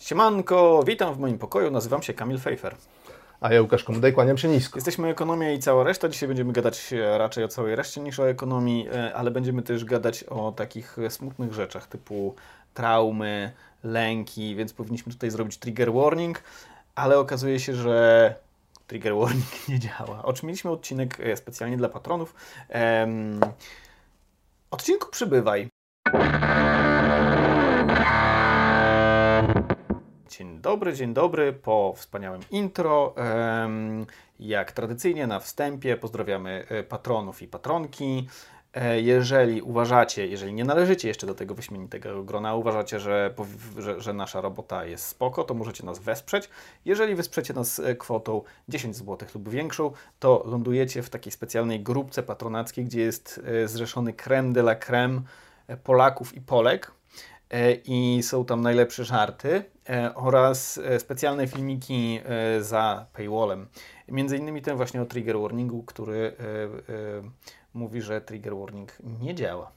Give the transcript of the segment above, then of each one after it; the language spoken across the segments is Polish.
Siemanko, witam w moim pokoju, nazywam się Kamil Fejfer. A ja Łukasz Komudaj, kłaniam się nisko. Jesteśmy Ekonomia i cała reszta. Dzisiaj będziemy gadać raczej o całej reszcie niż o ekonomii, ale będziemy też gadać o takich smutnych rzeczach typu traumy, lęki, więc powinniśmy tutaj zrobić trigger warning, ale okazuje się, że trigger warning nie działa. Mieliśmy odcinek specjalnie dla patronów. Odcinku przybywaj. Dzień dobry, po wspaniałym intro. Jak tradycyjnie na wstępie pozdrawiamy patronów i patronki. Jeżeli nie należycie jeszcze do tego wyśmienitego grona, uważacie, że nasza robota jest spoko, to możecie nas wesprzeć. Jeżeli wesprzecie nas kwotą 10 zł lub większą, to lądujecie w takiej specjalnej grupce patronackiej, gdzie jest zrzeszony crème de la crème Polaków i Polek. I są tam najlepsze żarty oraz specjalne filmiki za paywallem. Między innymi ten właśnie o trigger warningu, który mówi, że trigger warning nie działa.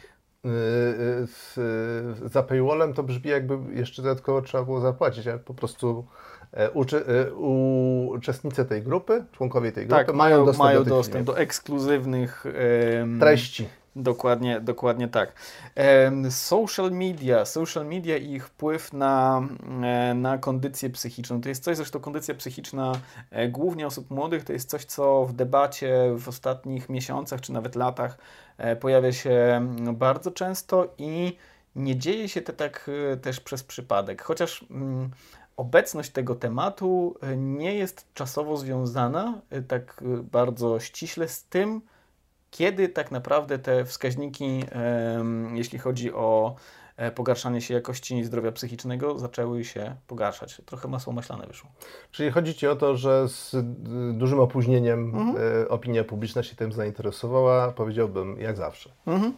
Za paywallem to brzmi, jakby jeszcze dodatkowo trzeba było zapłacić, ale po prostu uczestnicy tej grupy, członkowie tej grupy mają dostęp do ekskluzywnych treści. Dokładnie tak. Social media i ich wpływ na kondycję psychiczną. To jest coś, zresztą kondycja psychiczna głównie osób młodych, to jest coś, co w debacie w ostatnich miesiącach czy nawet latach pojawia się bardzo często i nie dzieje się to tak też przez przypadek. Chociaż obecność tego tematu nie jest czasowo związana tak bardzo ściśle z tym, kiedy tak naprawdę te wskaźniki, jeśli chodzi o pogarszanie się jakości zdrowia psychicznego, zaczęły się pogarszać. Trochę masło maślane wyszło. Czyli chodzi Ci o to, że z dużym opóźnieniem opinia publiczna się tym zainteresowała, powiedziałbym, jak zawsze.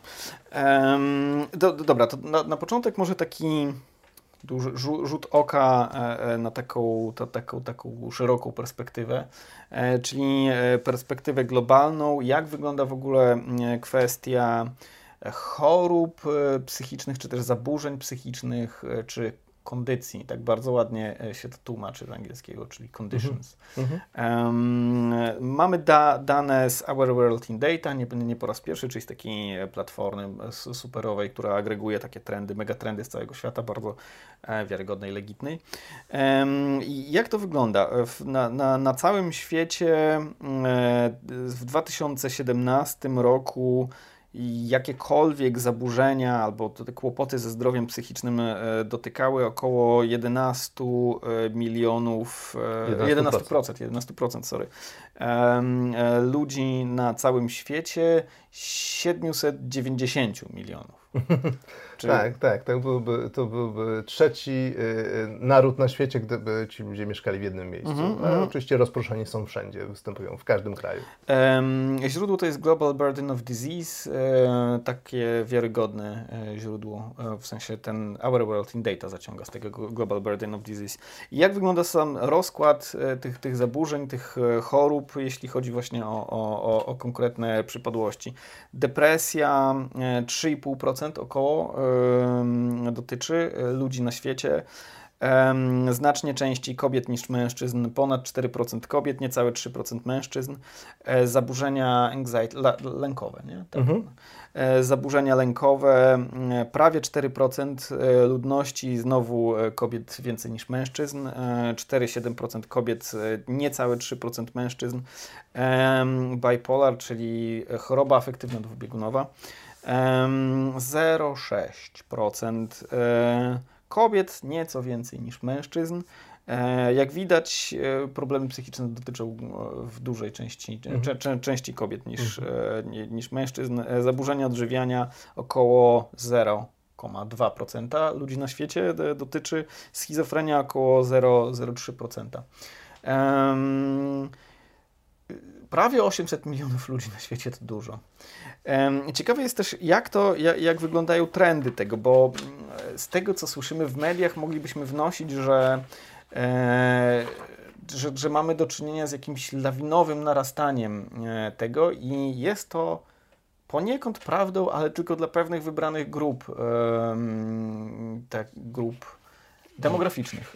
Dobra, to na początek może taki rzut oka na taką szeroką perspektywę, czyli perspektywę globalną, jak wygląda w ogóle kwestia chorób psychicznych, czy też zaburzeń psychicznych, czy kondycji. Tak bardzo ładnie się to tłumaczy z angielskiego, czyli conditions. Mamy dane z Our World in Data, nie po raz pierwszy, czyli z takiej platformy superowej, która agreguje takie trendy, megatrendy z całego świata, bardzo wiarygodnej, legitnej. I jak to wygląda? Na całym świecie w 2017 roku jakiekolwiek zaburzenia albo te kłopoty ze zdrowiem psychicznym dotykały około 11 milionów, 11%, sorry, ludzi na całym świecie, 790 milionów. Tak, to byłby trzeci naród na świecie, gdyby ci ludzie mieszkali w jednym miejscu. Ale oczywiście rozproszeni są wszędzie, występują w każdym kraju. Źródło to jest Global Burden of Disease, takie wiarygodne źródło, w sensie ten Our World in Data zaciąga z tego Global Burden of Disease. I jak wygląda sam rozkład tych zaburzeń, tych chorób, jeśli chodzi właśnie o konkretne przypadłości? Depresja 3,5% około dotyczy ludzi na świecie. Znacznie częściej kobiet niż mężczyzn, ponad 4% kobiet, niecałe 3% mężczyzn. Zaburzenia anxiety, lękowe, nie? Tak. Zaburzenia lękowe, prawie 4% ludności, znowu kobiet więcej niż mężczyzn, 4,7% kobiet, niecałe 3% mężczyzn. Bipolar, czyli choroba afektywna dwubiegunowa, 0,6% kobiet, nieco więcej niż mężczyzn. Jak widać, problemy psychiczne dotyczą w dużej części kobiet niż mężczyzn. Zaburzenia odżywiania około 0,2% ludzi na świecie dotyczy. Schizofrenia około 0,3%. Prawie 800 milionów ludzi na świecie to dużo. Ciekawe jest też, jak wyglądają trendy tego, bo z tego, co słyszymy w mediach, moglibyśmy wnosić, że mamy do czynienia z jakimś lawinowym narastaniem tego i jest to poniekąd prawdą, ale tylko dla pewnych wybranych grup demograficznych.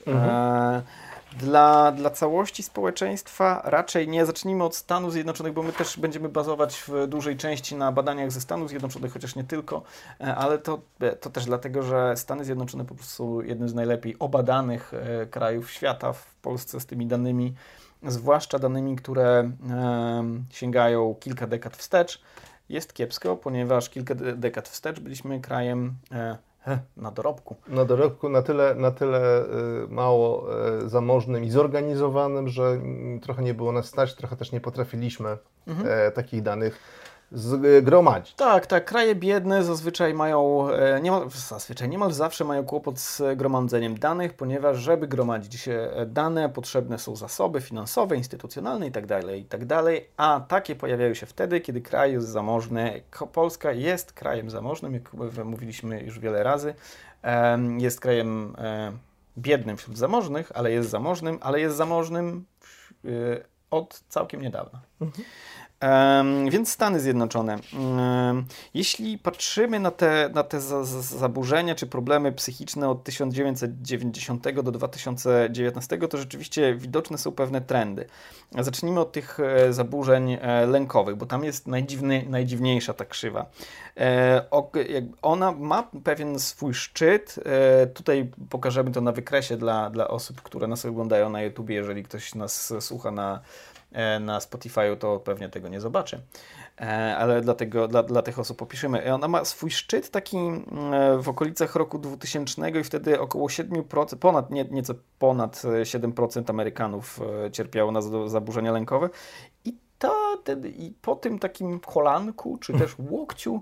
Dla całości społeczeństwa raczej nie. Zacznijmy od Stanów Zjednoczonych, bo my też będziemy bazować w dużej części na badaniach ze Stanów Zjednoczonych, chociaż nie tylko, ale to też dlatego, że Stany Zjednoczone po prostu są jednym z najlepiej obadanych krajów świata. W Polsce z tymi danymi, zwłaszcza danymi, które sięgają kilka dekad wstecz, jest kiepsko, ponieważ kilka dekad wstecz byliśmy krajem na dorobku. Na dorobku na tyle mało zamożnym i zorganizowanym, że trochę nie było nas stać, trochę też nie potrafiliśmy takich danych zgromadzić. Tak. Kraje biedne zazwyczaj mają, niemal zawsze mają kłopot z gromadzeniem danych, ponieważ żeby gromadzić dane, potrzebne są zasoby finansowe, instytucjonalne itd., a takie pojawiają się wtedy, kiedy kraj jest zamożny. Polska jest krajem zamożnym, jak mówiliśmy już wiele razy. Jest krajem biednym wśród zamożnych, ale jest zamożnym od całkiem niedawna. Więc Stany Zjednoczone. Jeśli patrzymy na te zaburzenia czy problemy psychiczne od 1990 do 2019, to rzeczywiście widoczne są pewne trendy. Zacznijmy od tych zaburzeń lękowych, bo tam jest najdziwniejsza ta krzywa. Ona ma pewien swój szczyt. Tutaj pokażemy to na wykresie dla osób, które nas oglądają na YouTubie. Jeżeli ktoś nas słucha na Spotify'u, to pewnie tego nie zobaczy. Ale dla tych osób opiszemy. Ona ma swój szczyt taki w okolicach roku 2000 i wtedy około 7%, nieco ponad 7% Amerykanów cierpiało na zaburzenia lękowe. I po tym takim kolanku, czy też łokciu,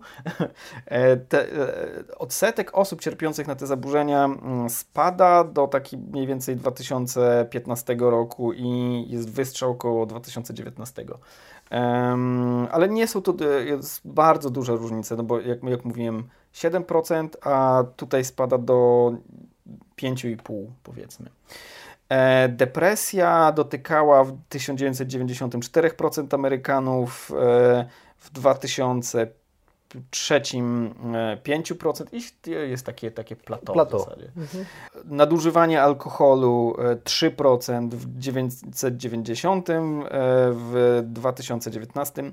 odsetek osób cierpiących na te zaburzenia spada do taki mniej więcej 2015 roku i jest wystrzał około 2019. Ale nie są to, jest bardzo duża różnica, no bo jak mówiłem 7%, a tutaj spada do 5,5% powiedzmy. Depresja dotykała w 1990 4% Amerykanów, w 2003 5% i jest takie plateau. W zasadzie. Nadużywanie alkoholu 3% w 1990, w 2019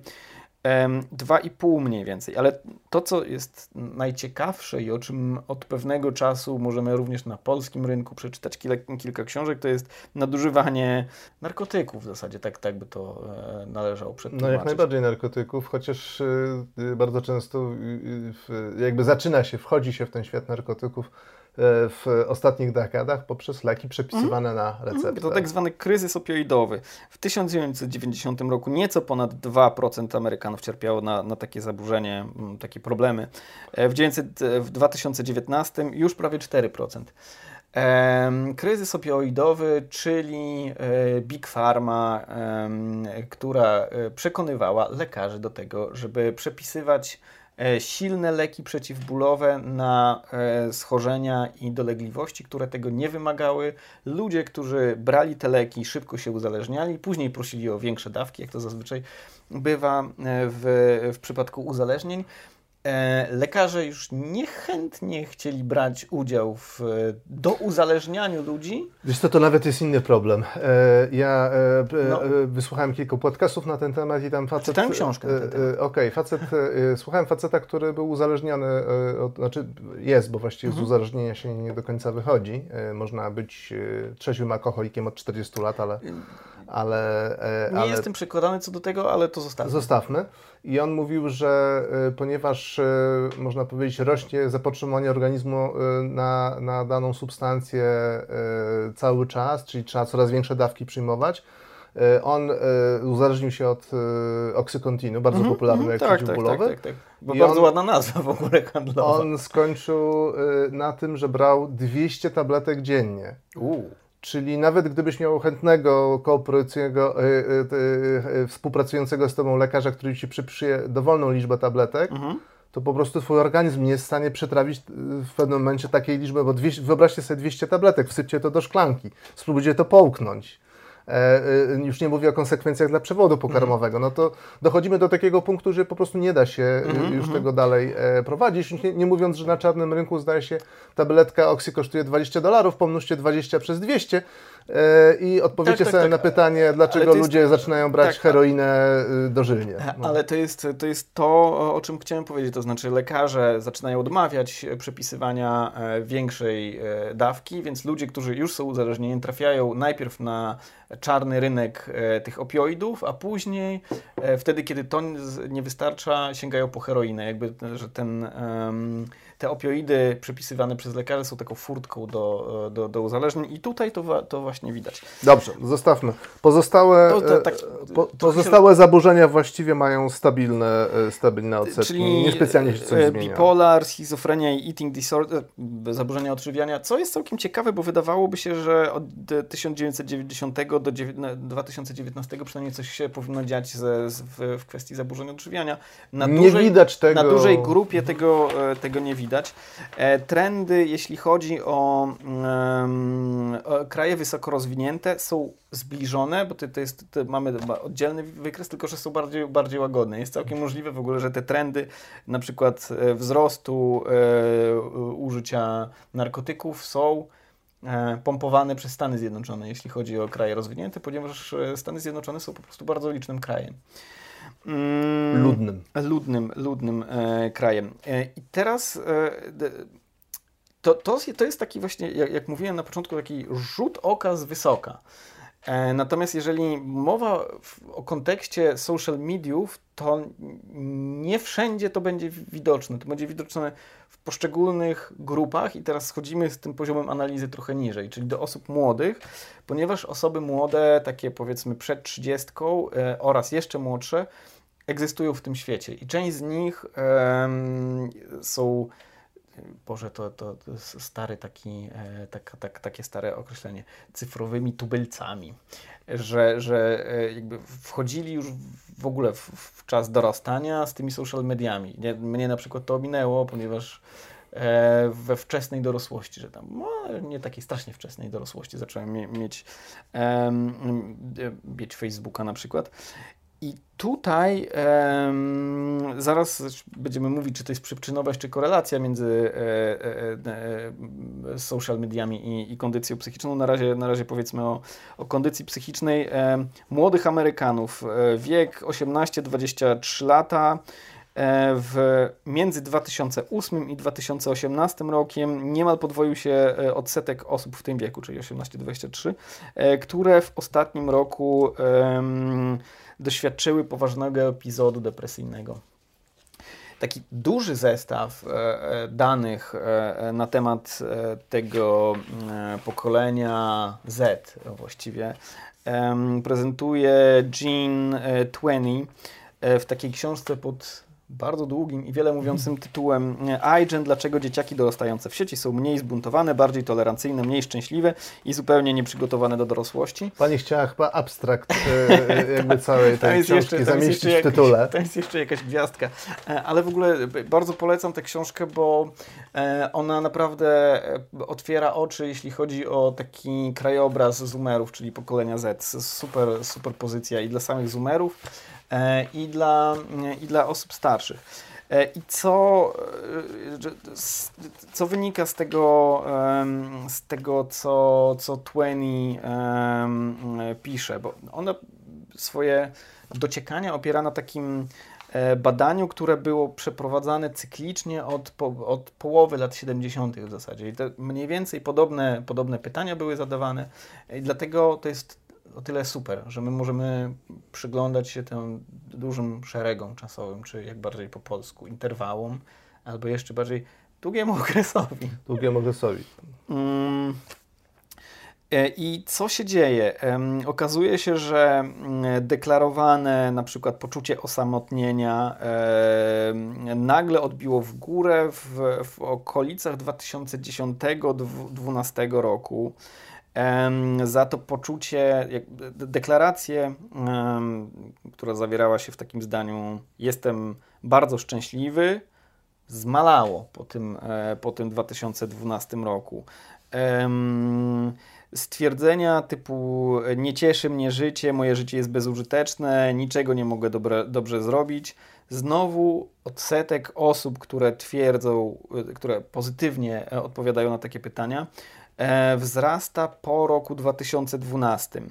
2,5 mniej więcej, ale to, co jest najciekawsze i o czym od pewnego czasu możemy również na polskim rynku przeczytać kilka książek, to jest nadużywanie narkotyków w zasadzie, tak by to należało przetłumaczyć. No jak najbardziej narkotyków, chociaż bardzo często wchodzi się w ten świat narkotyków w ostatnich dekadach poprzez leki przepisywane na receptę. To tak zwany kryzys opioidowy. W 1990 roku nieco ponad 2% Amerykanów cierpiało na takie zaburzenie, takie problemy. W 2019 już prawie 4%. Kryzys opioidowy, czyli Big Pharma, która przekonywała lekarzy do tego, żeby przepisywać silne leki przeciwbólowe na schorzenia i dolegliwości, które tego nie wymagały. Ludzie, którzy brali te leki, szybko się uzależniali, później prosili o większe dawki, jak to zazwyczaj bywa w przypadku uzależnień. Lekarze już niechętnie chcieli brać udział w douzależnianiu ludzi. Wiesz co, to nawet jest inny problem. Wysłuchałem kilku podcastów na ten temat i tam facet... Czytałem książkę na ten temat. Słuchałem faceta, który był uzależniony, bo właściwie z uzależnienia się nie do końca wychodzi. Można być trzeźwym alkoholikiem od 40 lat, ale nie jestem przekonany co do tego, ale to zostawmy. I on mówił, że ponieważ można powiedzieć rośnie zapotrzebowanie organizmu na daną substancję cały czas, czyli trzeba coraz większe dawki przyjmować, on uzależnił się od Oxycontinu, bardzo popularny lek przeciwbólowy. Tak. Bo bardzo ładna nazwa w ogóle handlowa. On skończył na tym, że brał 200 tabletek dziennie. Czyli nawet gdybyś miał chętnego, współpracującego z tobą lekarza, który ci przypisze dowolną liczbę tabletek, to po prostu twój organizm nie jest w stanie przetrawić w pewnym momencie takiej liczby, bo wyobraźcie sobie 200 tabletek, wsypcie to do szklanki, spróbujcie to połknąć. już nie mówię o konsekwencjach dla przewodu pokarmowego, no to dochodzimy do takiego punktu, że po prostu nie da się już tego dalej prowadzić. Nie mówiąc, że na czarnym rynku, zdaje się, tabletka Oxy kosztuje $20, pomnóżcie 20 przez 200 i odpowiecie sobie na pytanie, dlaczego ludzie zaczynają brać heroinę dożylnie. No. Ale to jest to, o czym chciałem powiedzieć, to znaczy lekarze zaczynają odmawiać przepisywania większej dawki, więc ludzie, którzy już są uzależnieni, trafiają najpierw na czarny rynek tych opioidów, a później wtedy, kiedy to nie wystarcza, sięgają po heroinę. Jakby, że te opioidy przepisywane przez lekarzy są taką furtką do uzależnień i tutaj to właśnie widać. Dobrze, zostawmy. Pozostałe zaburzenia właściwie mają stabilne odsetki. Czyli niespecjalnie się coś zmienia. Bipolar, schizofrenia i eating disorder, zaburzenia odżywiania, co jest całkiem ciekawe, bo wydawałoby się, że od 1990 do 2019 przynajmniej coś się powinno dziać w kwestii zaburzeń odżywiania. Nie widać tego. Na dużej grupie tego nie widać. Trendy, jeśli chodzi o kraje wysoko rozwinięte, są zbliżone, bo mamy oddzielny wykres, tylko że są bardziej łagodne. Jest całkiem możliwe w ogóle, że te trendy, na przykład wzrostu użycia narkotyków, są pompowane przez Stany Zjednoczone, jeśli chodzi o kraje rozwinięte, ponieważ Stany Zjednoczone są po prostu bardzo licznym krajem. Ludnym krajem. I teraz to jest taki właśnie, jak mówiłem na początku, taki rzut oka z wysoka. Natomiast jeżeli mowa o kontekście social mediów, to nie wszędzie to będzie widoczne. To będzie widoczne w poszczególnych grupach i teraz schodzimy z tym poziomem analizy trochę niżej, czyli do osób młodych, ponieważ osoby młode, takie powiedzmy przed 30 oraz jeszcze młodsze, egzystują w tym świecie i część z nich są, Boże, to stary takie stare określenie, cyfrowymi tubylcami, że jakby wchodzili już w ogóle w czas dorastania z tymi social mediami. Mnie na przykład to ominęło, ponieważ we wczesnej dorosłości, że tam nie takiej strasznie wczesnej dorosłości zacząłem mieć Facebooka na przykład. I tutaj zaraz będziemy mówić, czy to jest przyczynowość, czy korelacja między social mediami i kondycją psychiczną. Na razie powiedzmy o kondycji psychicznej młodych Amerykanów. Wiek 18-23 lata. Między 2008 i 2018 rokiem niemal podwoił się odsetek osób w tym wieku, czyli 18-23, które w ostatnim roku doświadczyły poważnego epizodu depresyjnego. Taki duży zestaw danych na temat tego pokolenia Z właściwie prezentuje Jean Tweny w takiej książce pod bardzo długim i wiele mówiącym tytułem iGen, dlaczego dzieciaki dorastające w sieci są mniej zbuntowane, bardziej tolerancyjne, mniej szczęśliwe i zupełnie nieprzygotowane do dorosłości. Pani chciała chyba abstrakt jakby całej tej książki zamieścić w tytule. To jest jeszcze jakaś gwiazdka. Ale w ogóle bardzo polecam tę książkę, bo ona naprawdę otwiera oczy, jeśli chodzi o taki krajobraz zoomerów, czyli pokolenia Z. Super pozycja i dla samych zoomerów, i dla osób starszych. I co wynika z tego co Tweni pisze, bo ona swoje dociekania opiera na takim badaniu, które było przeprowadzane cyklicznie od połowy lat 70. w zasadzie. I to mniej więcej podobne pytania były zadawane i dlatego to jest o tyle super, że my możemy przyglądać się tym dużym szeregom czasowym, czy jak bardziej po polsku, interwałom, albo jeszcze bardziej długiemu okresowi. I co się dzieje? Okazuje się, że deklarowane na przykład poczucie osamotnienia nagle odbiło w górę w okolicach 2010-2012 roku. Za to poczucie, deklarację, która zawierała się w takim zdaniu: jestem bardzo szczęśliwy, zmalało po tym 2012 roku. stwierdzenia typu nie cieszy mnie życie, moje życie jest bezużyteczne, niczego nie mogę dobrze zrobić. Znowu odsetek osób, które twierdzą, które pozytywnie odpowiadają na takie pytania, wzrasta po roku 2012.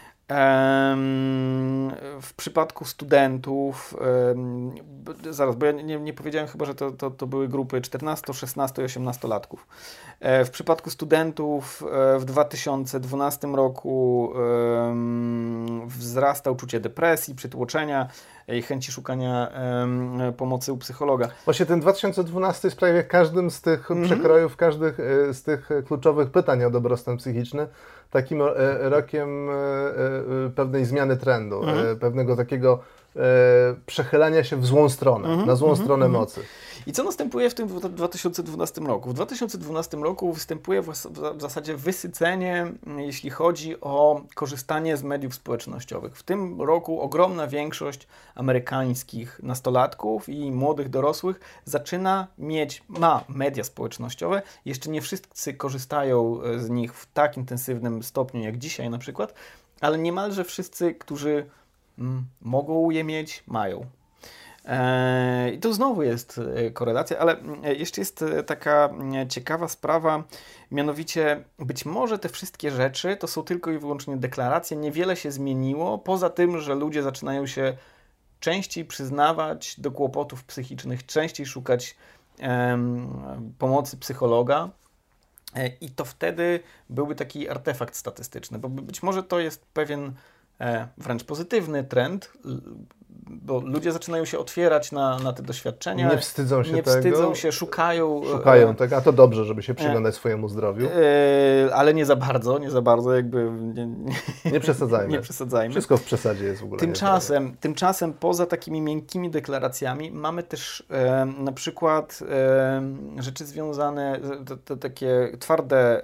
W przypadku studentów, zaraz, bo ja nie powiedziałem chyba, że to były grupy 14, 16 i 18-latków. W przypadku studentów w 2012 roku wzrasta uczucie depresji, przytłoczenia i chęci szukania pomocy u psychologa. Właśnie ten 2012 jest prawie każdym z tych przekrojów, każdych z tych kluczowych pytań o dobrostan psychiczny takim rokiem pewnej zmiany trendu, pewnego takiego przechylania się w złą stronę, na złą stronę mocy. I co następuje w tym 2012 roku? W 2012 roku występuje w zasadzie wysycenie, jeśli chodzi o korzystanie z mediów społecznościowych. W tym roku ogromna większość amerykańskich nastolatków i młodych dorosłych ma media społecznościowe. Jeszcze nie wszyscy korzystają z nich w tak intensywnym stopniu jak dzisiaj na przykład, ale niemalże wszyscy, którzy mogą je mieć, mają. I to znowu jest korelacja, ale jeszcze jest taka ciekawa sprawa, mianowicie być może te wszystkie rzeczy to są tylko i wyłącznie deklaracje, niewiele się zmieniło, poza tym, że ludzie zaczynają się częściej przyznawać do kłopotów psychicznych, częściej szukać pomocy psychologa. I to wtedy byłby taki artefakt statystyczny, bo być może to jest pewien wręcz pozytywny trend, bo ludzie zaczynają się otwierać na te doświadczenia. Nie wstydzą się tego. Wstydzą się, szukają tego, a to dobrze, żeby się przyglądać swojemu zdrowiu. Ale nie za bardzo, jakby nie przesadzajmy. Nie przesadzajmy. Wszystko w przesadzie jest w ogóle. Tymczasem poza takimi miękkimi deklaracjami mamy też na przykład rzeczy związane, takie twarde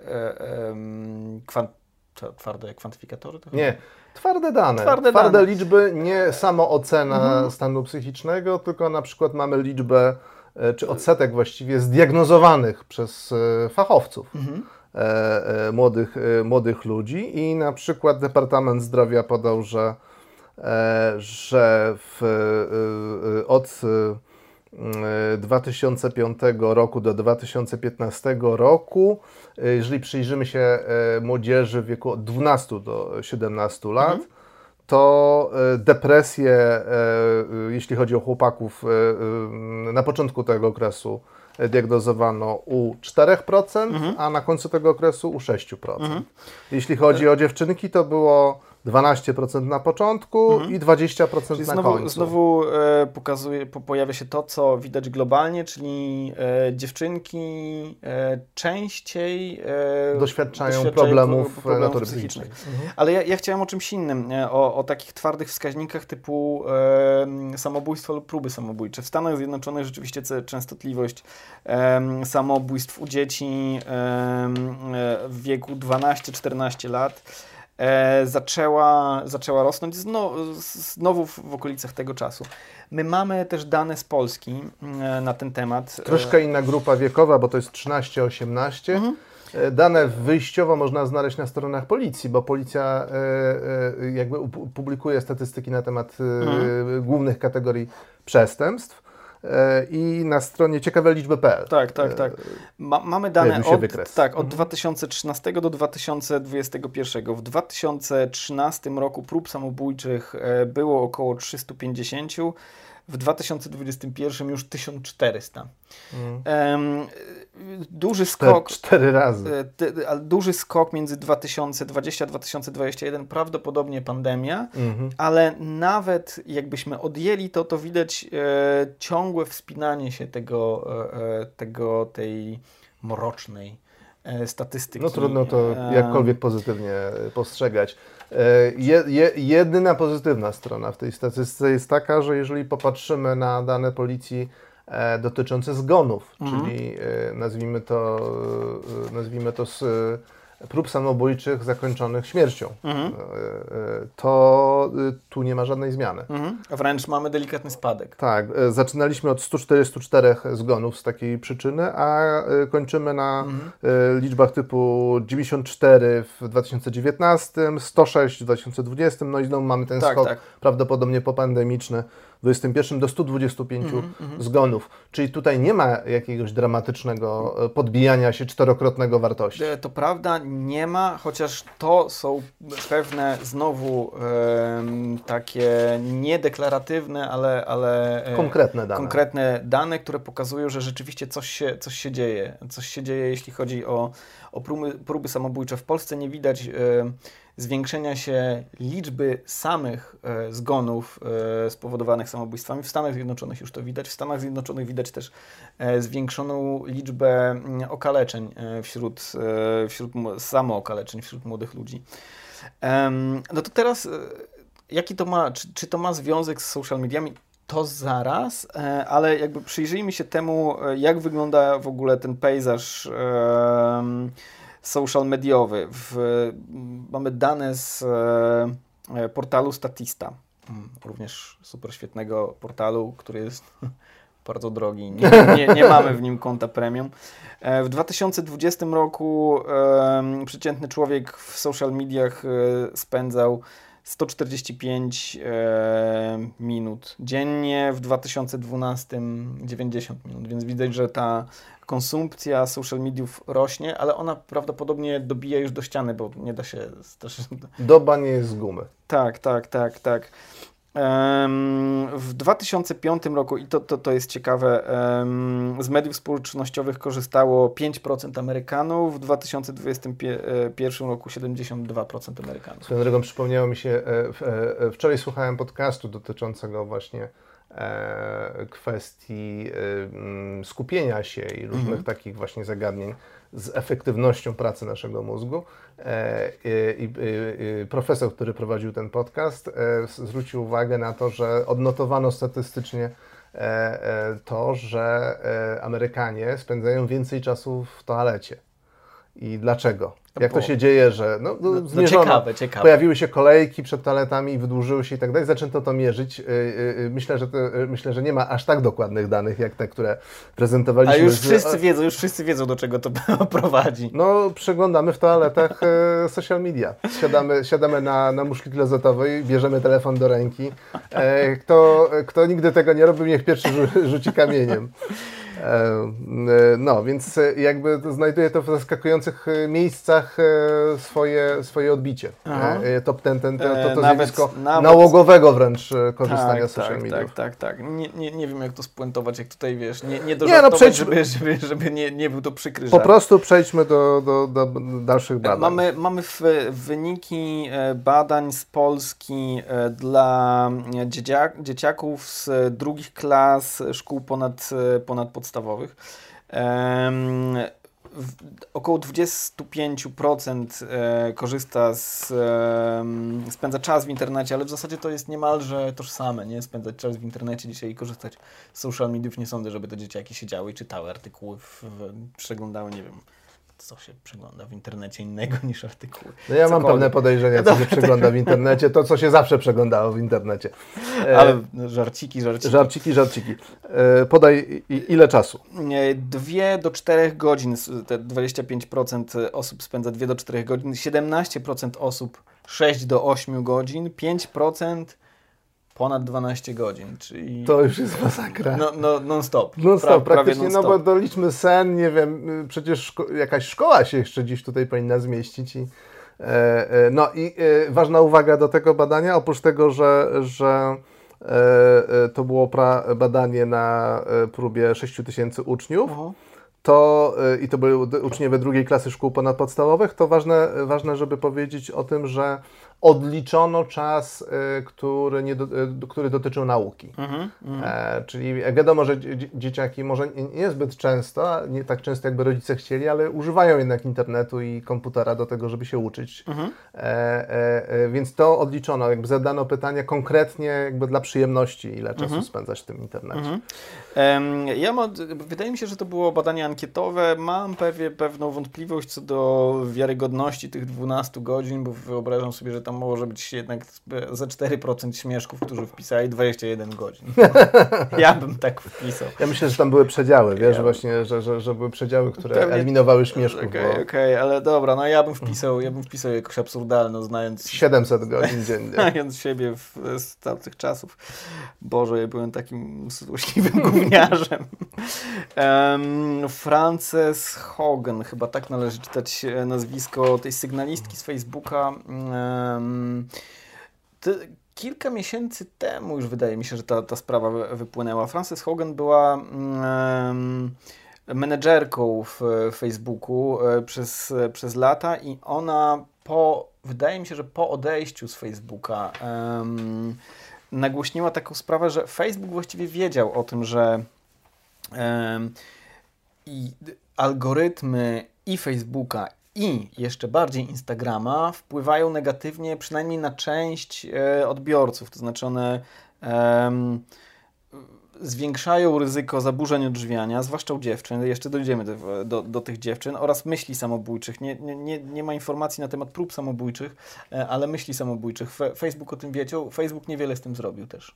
kwantyfikatory? Nie. Twarde dane, twarde liczby, nie samoocena stanu psychicznego, tylko na przykład mamy liczbę, czy odsetek właściwie zdiagnozowanych przez fachowców młodych ludzi i na przykład Departament Zdrowia podał, że od 2005 roku do 2015 roku, jeżeli przyjrzymy się młodzieży w wieku od 12 do 17 lat, to depresję, jeśli chodzi o chłopaków, na początku tego okresu diagnozowano u 4%, a na końcu tego okresu u 6%. Jeśli chodzi o dziewczynki, to było 12% na początku i 20% czyli na końcu. Znowu pojawia się to, co widać globalnie, czyli dziewczynki częściej doświadczają problemów natury psychicznej. Ale ja chciałem o czymś innym, o takich twardych wskaźnikach typu samobójstwo lub próby samobójcze. W Stanach Zjednoczonych rzeczywiście częstotliwość samobójstw u dzieci w wieku 12-14 lat zaczęła rosnąć znowu w okolicach tego czasu. My mamy też dane z Polski na ten temat. Troszkę inna grupa wiekowa, bo to jest 13-18. Dane wyjściowo można znaleźć na stronach policji, bo policja jakby publikuje statystyki na temat głównych kategorii przestępstw. I na stronie ciekaweliczby.pl. Tak. Mamy dane od 2013 do 2021. W 2013 roku prób samobójczych było około 350, w 2021 już 1400. Duży skok. 4 razy. Duży skok między 2020 a 2021, prawdopodobnie pandemia, ale nawet jakbyśmy odjęli to widać ciągłe wspinanie się tej mrocznej statystyki. No trudno to jakkolwiek pozytywnie postrzegać. Jedyna pozytywna strona w tej statystyce jest taka, że jeżeli popatrzymy na dane policji dotyczące zgonów, czyli nazwijmy to z prób samobójczych zakończonych śmiercią. To tu nie ma żadnej zmiany. Wręcz mamy delikatny spadek. Tak, zaczynaliśmy od 144 zgonów z takiej przyczyny, a kończymy na liczbach typu 94 w 2019, 106 w 2020, no i znowu mamy ten skok prawdopodobnie popandemiczny w 2021 do 125 zgonów. Czyli tutaj nie ma jakiegoś dramatycznego podbijania się czterokrotnego wartości. To prawda, nie ma, chociaż to są pewne znowu takie niedeklaratywne, ale konkretne dane, które pokazują, że rzeczywiście coś się dzieje. Coś się dzieje, jeśli chodzi o próby samobójcze. W Polsce nie widać zwiększenia się liczby samych zgonów spowodowanych samobójstwami. W Stanach Zjednoczonych już to widać. W Stanach Zjednoczonych widać też zwiększoną liczbę okaleczeń samookaleczeń wśród młodych ludzi. No to teraz, jaki to ma, czy to ma związek z social mediami? To zaraz, ale jakby przyjrzyjmy się temu, jak wygląda w ogóle ten pejzaż social mediowy. Mamy dane z portalu Statista, również super świetnego portalu, który jest bardzo drogi. Nie mamy w nim konta premium. W 2020 roku przeciętny człowiek w social mediach spędzał 145 minut dziennie, w 2012 90 minut, więc widać, że ta konsumpcja social mediów rośnie, ale ona prawdopodobnie dobija już do ściany, bo nie da się też... Doba nie jest z gumy. Tak. W 2005 roku, i to jest ciekawe, z mediów społecznościowych korzystało 5% Amerykanów, w 2021 roku 72% Amerykanów. Swoją drogą przypomniało mi się, wczoraj słuchałem podcastu dotyczącego właśnie kwestii skupienia się i różnych takich właśnie zagadnień z efektywnością pracy naszego mózgu. Profesor, który prowadził ten podcast, zwrócił uwagę na to, że odnotowano statystycznie to, że Amerykanie spędzają więcej czasu w toalecie. I dlaczego? Jak to się dzieje, że zmierzono, ciekawe. Pojawiły się kolejki przed toaletami i wydłużyły się i tak dalej. Zaczęto to mierzyć. Myślę, że nie ma aż tak dokładnych danych, jak te, które prezentowaliśmy. A już wszyscy wiedzą, do czego to prowadzi. No, przeglądamy w toaletach social media. Siadamy na muszli klozetowej, bierzemy telefon do ręki. Kto nigdy tego nie robił, niech pierwszy rzuci kamieniem. No, więc jakby znajduje to w zaskakujących miejscach swoje odbicie. To zjawisko nałogowego wręcz korzystania z social mediów. Tak. Nie wiem, jak to spuentować, jak tutaj wiesz, nie dożartować, żeby nie był to przykry żart. Po prostu przejdźmy do dalszych badań. Mamy wyniki badań z Polski dla dzieciaków z drugich klas szkół ponadpodstawowych. Około 25% korzysta spędza czas w internecie, ale w zasadzie to jest niemalże tożsame, nie? Spędzać czas w internecie dzisiaj i korzystać z social mediów. Nie sądzę, żeby te dzieciaki siedziały i czytały artykuły, przeglądały, nie wiem, co się przegląda w internecie innego niż artykuły. No ja mam pewne podejrzenia, co się przegląda w internecie, to co się zawsze przeglądało w internecie. Ale żarciki. Żarciki. Podaj ile czasu? 2 do 4 godzin, te 25% osób spędza 2 do 4 godzin, 17% osób 6 do 8 godzin, 5% ponad 12 godzin, czyli... To już jest masakra. Non-stop. Non-stop, praktycznie, non-stop. No bo doliczmy sen, nie wiem, przecież jakaś szkoła się jeszcze dziś tutaj powinna zmieścić. Ważna uwaga do tego badania, oprócz tego, że to było badanie na próbie 6 000 uczniów, i to były uczniowie drugiej klasy szkół ponadpodstawowych, to ważne, żeby powiedzieć o tym, że odliczono czas, który dotyczył nauki. Czyli wiadomo, że dzieciaki może nie zbyt często, nie tak często jakby rodzice chcieli, ale używają jednak internetu i komputera do tego, żeby się uczyć. Więc to odliczono, jakby zadano pytania konkretnie jakby dla przyjemności, ile czasu spędzać w tym internecie. Wydaje mi się, że to było badanie ankietowe mam pewną wątpliwość co do wiarygodności tych 12 godzin, bo wyobrażam sobie, że tam może być jednak za 4% śmieszków, którzy wpisali 21 godzin. Ja bym tak wpisał. Ja myślę, że tam były przedziały, wiesz, właśnie, że były przedziały, które eliminowały śmieszków. Okej, ale dobra, no ja bym wpisał jakoś absurdalno, znając 700 godzin dziennie. Znając siebie z tamtych czasów. Boże, ja byłem takim złośliwym gówniarzem. Frances Hogan, chyba tak należy czytać nazwisko tej sygnalistki z Facebooka. Kilka miesięcy temu już wydaje mi się, że ta sprawa wypłynęła. Frances Hogan była menedżerką w Facebooku przez lata i ona wydaje mi się, że po odejściu z Facebooka nagłośniła taką sprawę, że Facebook właściwie wiedział o tym, że i algorytmy i Facebooka i jeszcze bardziej Instagrama wpływają negatywnie przynajmniej na część odbiorców, to znaczy one zwiększają ryzyko zaburzeń odżywiania, zwłaszcza u dziewczyn, jeszcze dojdziemy do tych dziewczyn, oraz myśli samobójczych. Nie ma informacji na temat prób samobójczych, ale myśli samobójczych. Facebook o tym wiedział, Facebook niewiele z tym zrobił też.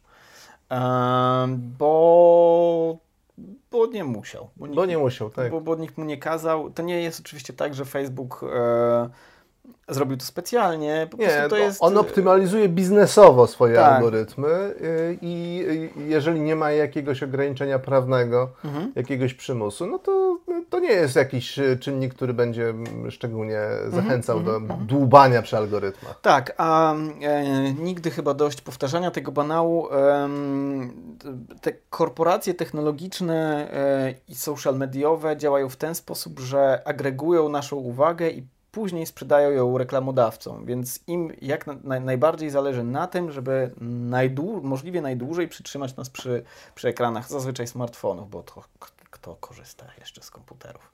Bo nie musiał. Bo nie musiał, tak. Bo nikt mu nie kazał. To nie jest oczywiście tak, że Facebook zrobił to specjalnie. On optymalizuje biznesowo swoje algorytmy i jeżeli nie ma jakiegoś ograniczenia prawnego, jakiegoś przymusu, no to nie jest jakiś czynnik, który będzie szczególnie zachęcał do dłubania przy algorytmach. Tak, a nigdy chyba dość powtarzania tego banału. Te korporacje technologiczne i social mediowe działają w ten sposób, że agregują naszą uwagę i później sprzedają ją reklamodawcom, więc im jak najbardziej zależy na tym, żeby możliwie najdłużej przytrzymać nas przy ekranach, zazwyczaj smartfonów, bo to kto korzysta jeszcze z komputerów.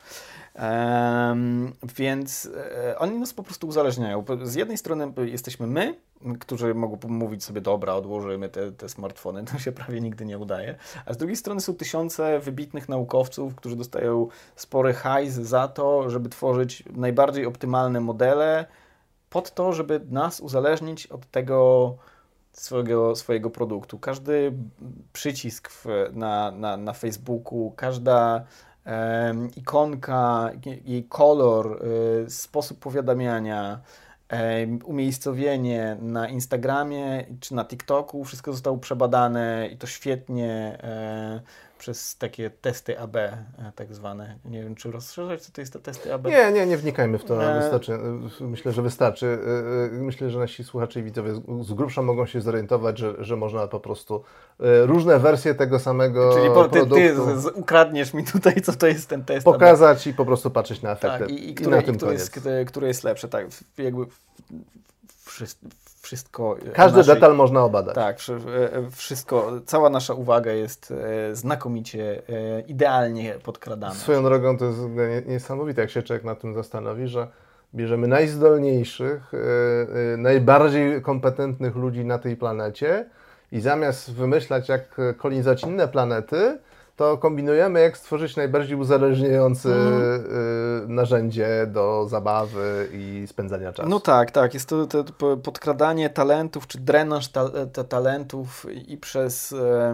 Więc oni nas po prostu uzależniają. Z jednej strony jesteśmy my, którzy mogą mówić sobie, dobra, odłożymy te smartfony, to się prawie nigdy nie udaje, a z drugiej strony są tysiące wybitnych naukowców, którzy dostają spory hajs za to, żeby tworzyć najbardziej optymalne modele pod to, żeby nas uzależnić od tego swojego produktu. Każdy przycisk na Facebooku, każda ikonka, jej kolor, sposób powiadamiania, umiejscowienie na Instagramie czy na TikToku, wszystko zostało przebadane i to świetnie przez takie testy AB tak zwane. Nie wiem, czy rozszerzać, co to jest te testy AB? Nie wnikajmy w to. Wystarczy. Myślę, że wystarczy. Myślę, że nasi słuchacze i widzowie z grubsza mogą się zorientować, że można po prostu różne wersje tego samego produktu... Czyli ty ukradniesz mi tutaj, co to jest ten test pokazać AB. I po prostu patrzeć na efekty. Tak, które jest lepsze. Tak, jakby wszystko... Każdy detal można obadać. Tak, wszystko, cała nasza uwaga jest znakomicie, idealnie podkradana. Swoją drogą to jest niesamowite, jak się człowiek nad tym zastanowi, że bierzemy najzdolniejszych, najbardziej kompetentnych ludzi na tej planecie i zamiast wymyślać, jak kolonizować inne planety, to kombinujemy, jak stworzyć najbardziej uzależniające narzędzie do zabawy i spędzania czasu. No tak. Jest to podkradanie talentów, czy drenaż talentów i przez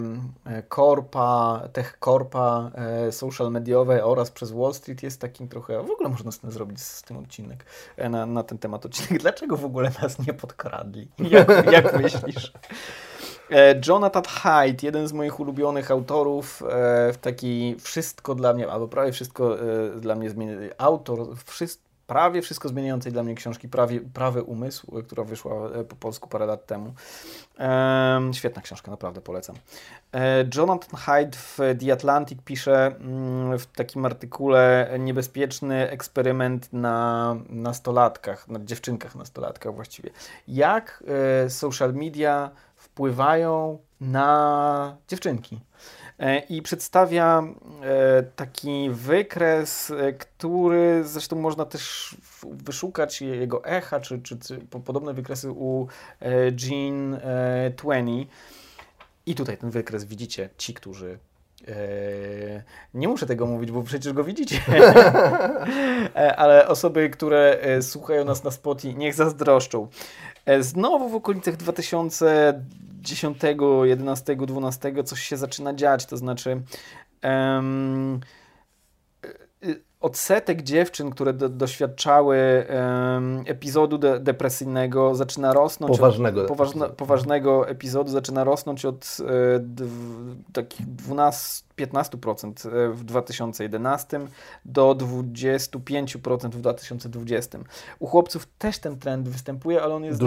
tech korpa social mediowe oraz przez Wall Street jest takim trochę... W ogóle można z tym zrobić z tym odcinek, na ten temat odcinek. Dlaczego w ogóle nas nie podkradli? Jak myślisz? Jonathan Haidt, jeden z moich ulubionych autorów, taki wszystko dla mnie, albo prawie wszystko dla mnie autor prawie wszystko zmieniającej dla mnie książki Prawy umysł, która wyszła po polsku parę lat temu. Świetna książka, naprawdę polecam. Jonathan Haidt w The Atlantic pisze w takim artykule niebezpieczny eksperyment na nastolatkach, na dziewczynkach nastolatkach właściwie. Jak social media wpływają na dziewczynki. I przedstawia taki wykres, który zresztą można też wyszukać jego echa, czy podobne wykresy u Jean Tweny. I tutaj ten wykres widzicie, ci, którzy Nie muszę tego mówić, bo przecież go widzicie. Ale osoby, które słuchają nas na Spotify, niech zazdroszczą. Znowu w okolicach 2010, 11, 12 coś się zaczyna dziać, to znaczy odsetek dziewczyn, które doświadczały epizodu depresyjnego zaczyna rosnąć. Poważnego epizodu zaczyna rosnąć od takich 12-15% w 2011 do 25% w 2020. U chłopców też ten trend występuje, ale on jest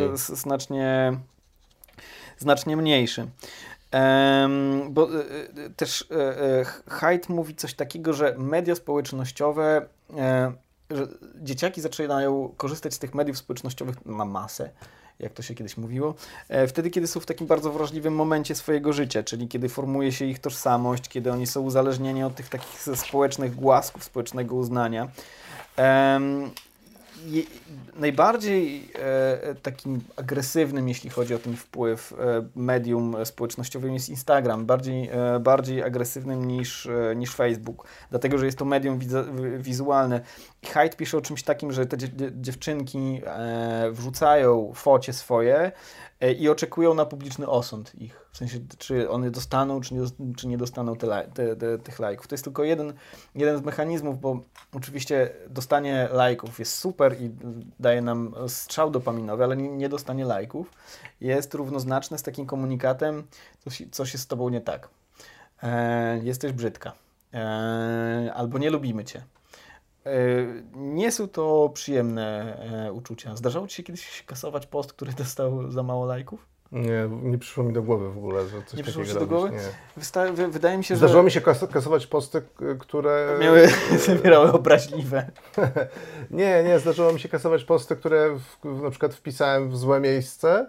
znacznie mniejszy. Bo też Haidt mówi coś takiego, że media społecznościowe, że dzieciaki zaczynają korzystać z tych mediów społecznościowych na masę, jak to się kiedyś mówiło, wtedy, kiedy są w takim bardzo wrażliwym momencie swojego życia, czyli kiedy formuje się ich tożsamość, kiedy oni są uzależnieni od tych takich społecznych głasków, społecznego uznania. Najbardziej takim agresywnym, jeśli chodzi o ten wpływ medium społecznościowym jest Instagram, bardziej agresywnym niż Facebook, dlatego że jest to medium wizualne. Haidt pisze o czymś takim, że te dziewczynki wrzucają focie swoje i oczekują na publiczny osąd ich. W sensie, czy one dostaną, czy nie dostaną tych lajków. To jest tylko jeden z mechanizmów, bo oczywiście dostanie lajków jest super i daje nam strzał dopaminowy, ale nie dostanie lajków jest równoznaczne z takim komunikatem, coś jest z tobą nie tak. Jesteś brzydka. Albo nie lubimy cię. Nie są to przyjemne uczucia. Zdarzało ci się kiedyś kasować post, który dostał za mało lajków? Nie przyszło mi do głowy w ogóle, że coś nie takiego przyszło ci do głowy? Wydaje mi się, że... Zdarzyło mi się kasować posty, które... zawierały obraźliwe. Nie, zdarzyło mi się kasować posty, które na przykład wpisałem w złe miejsce,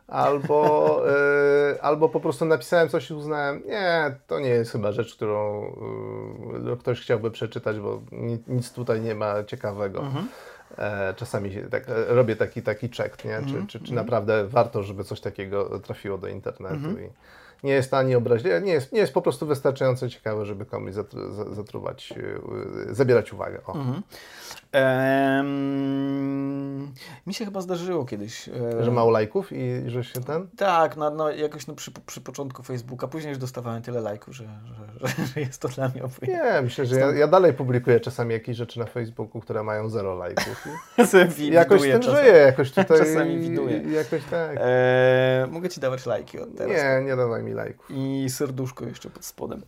albo po prostu napisałem coś i uznałem, nie, to nie jest chyba rzecz, którą ktoś chciałby przeczytać, bo nic tutaj nie ma ciekawego. Czasami tak, robię taki check, nie? Czy naprawdę warto, żeby coś takiego trafiło do internetu. I nie jest to ani obraźliwe, nie jest po prostu wystarczająco ciekawe, żeby komuś zatruwać, zabierać uwagę. Mi się chyba zdarzyło kiedyś. Że mało lajków i że się ten? Tak, jakoś przy początku Facebooka. Później już dostawałem tyle lajków, że jest to dla mnie obojętne. Nie, myślę, że ja dalej publikuję czasami jakieś rzeczy na Facebooku, które mają 0 lajków. Jakoś z tym żyję, jakoś tutaj... Czasami widuję. Jakoś tak. Mogę ci dawać lajki od teraz. Nie dawaj mi lajków. I serduszko jeszcze pod spodem.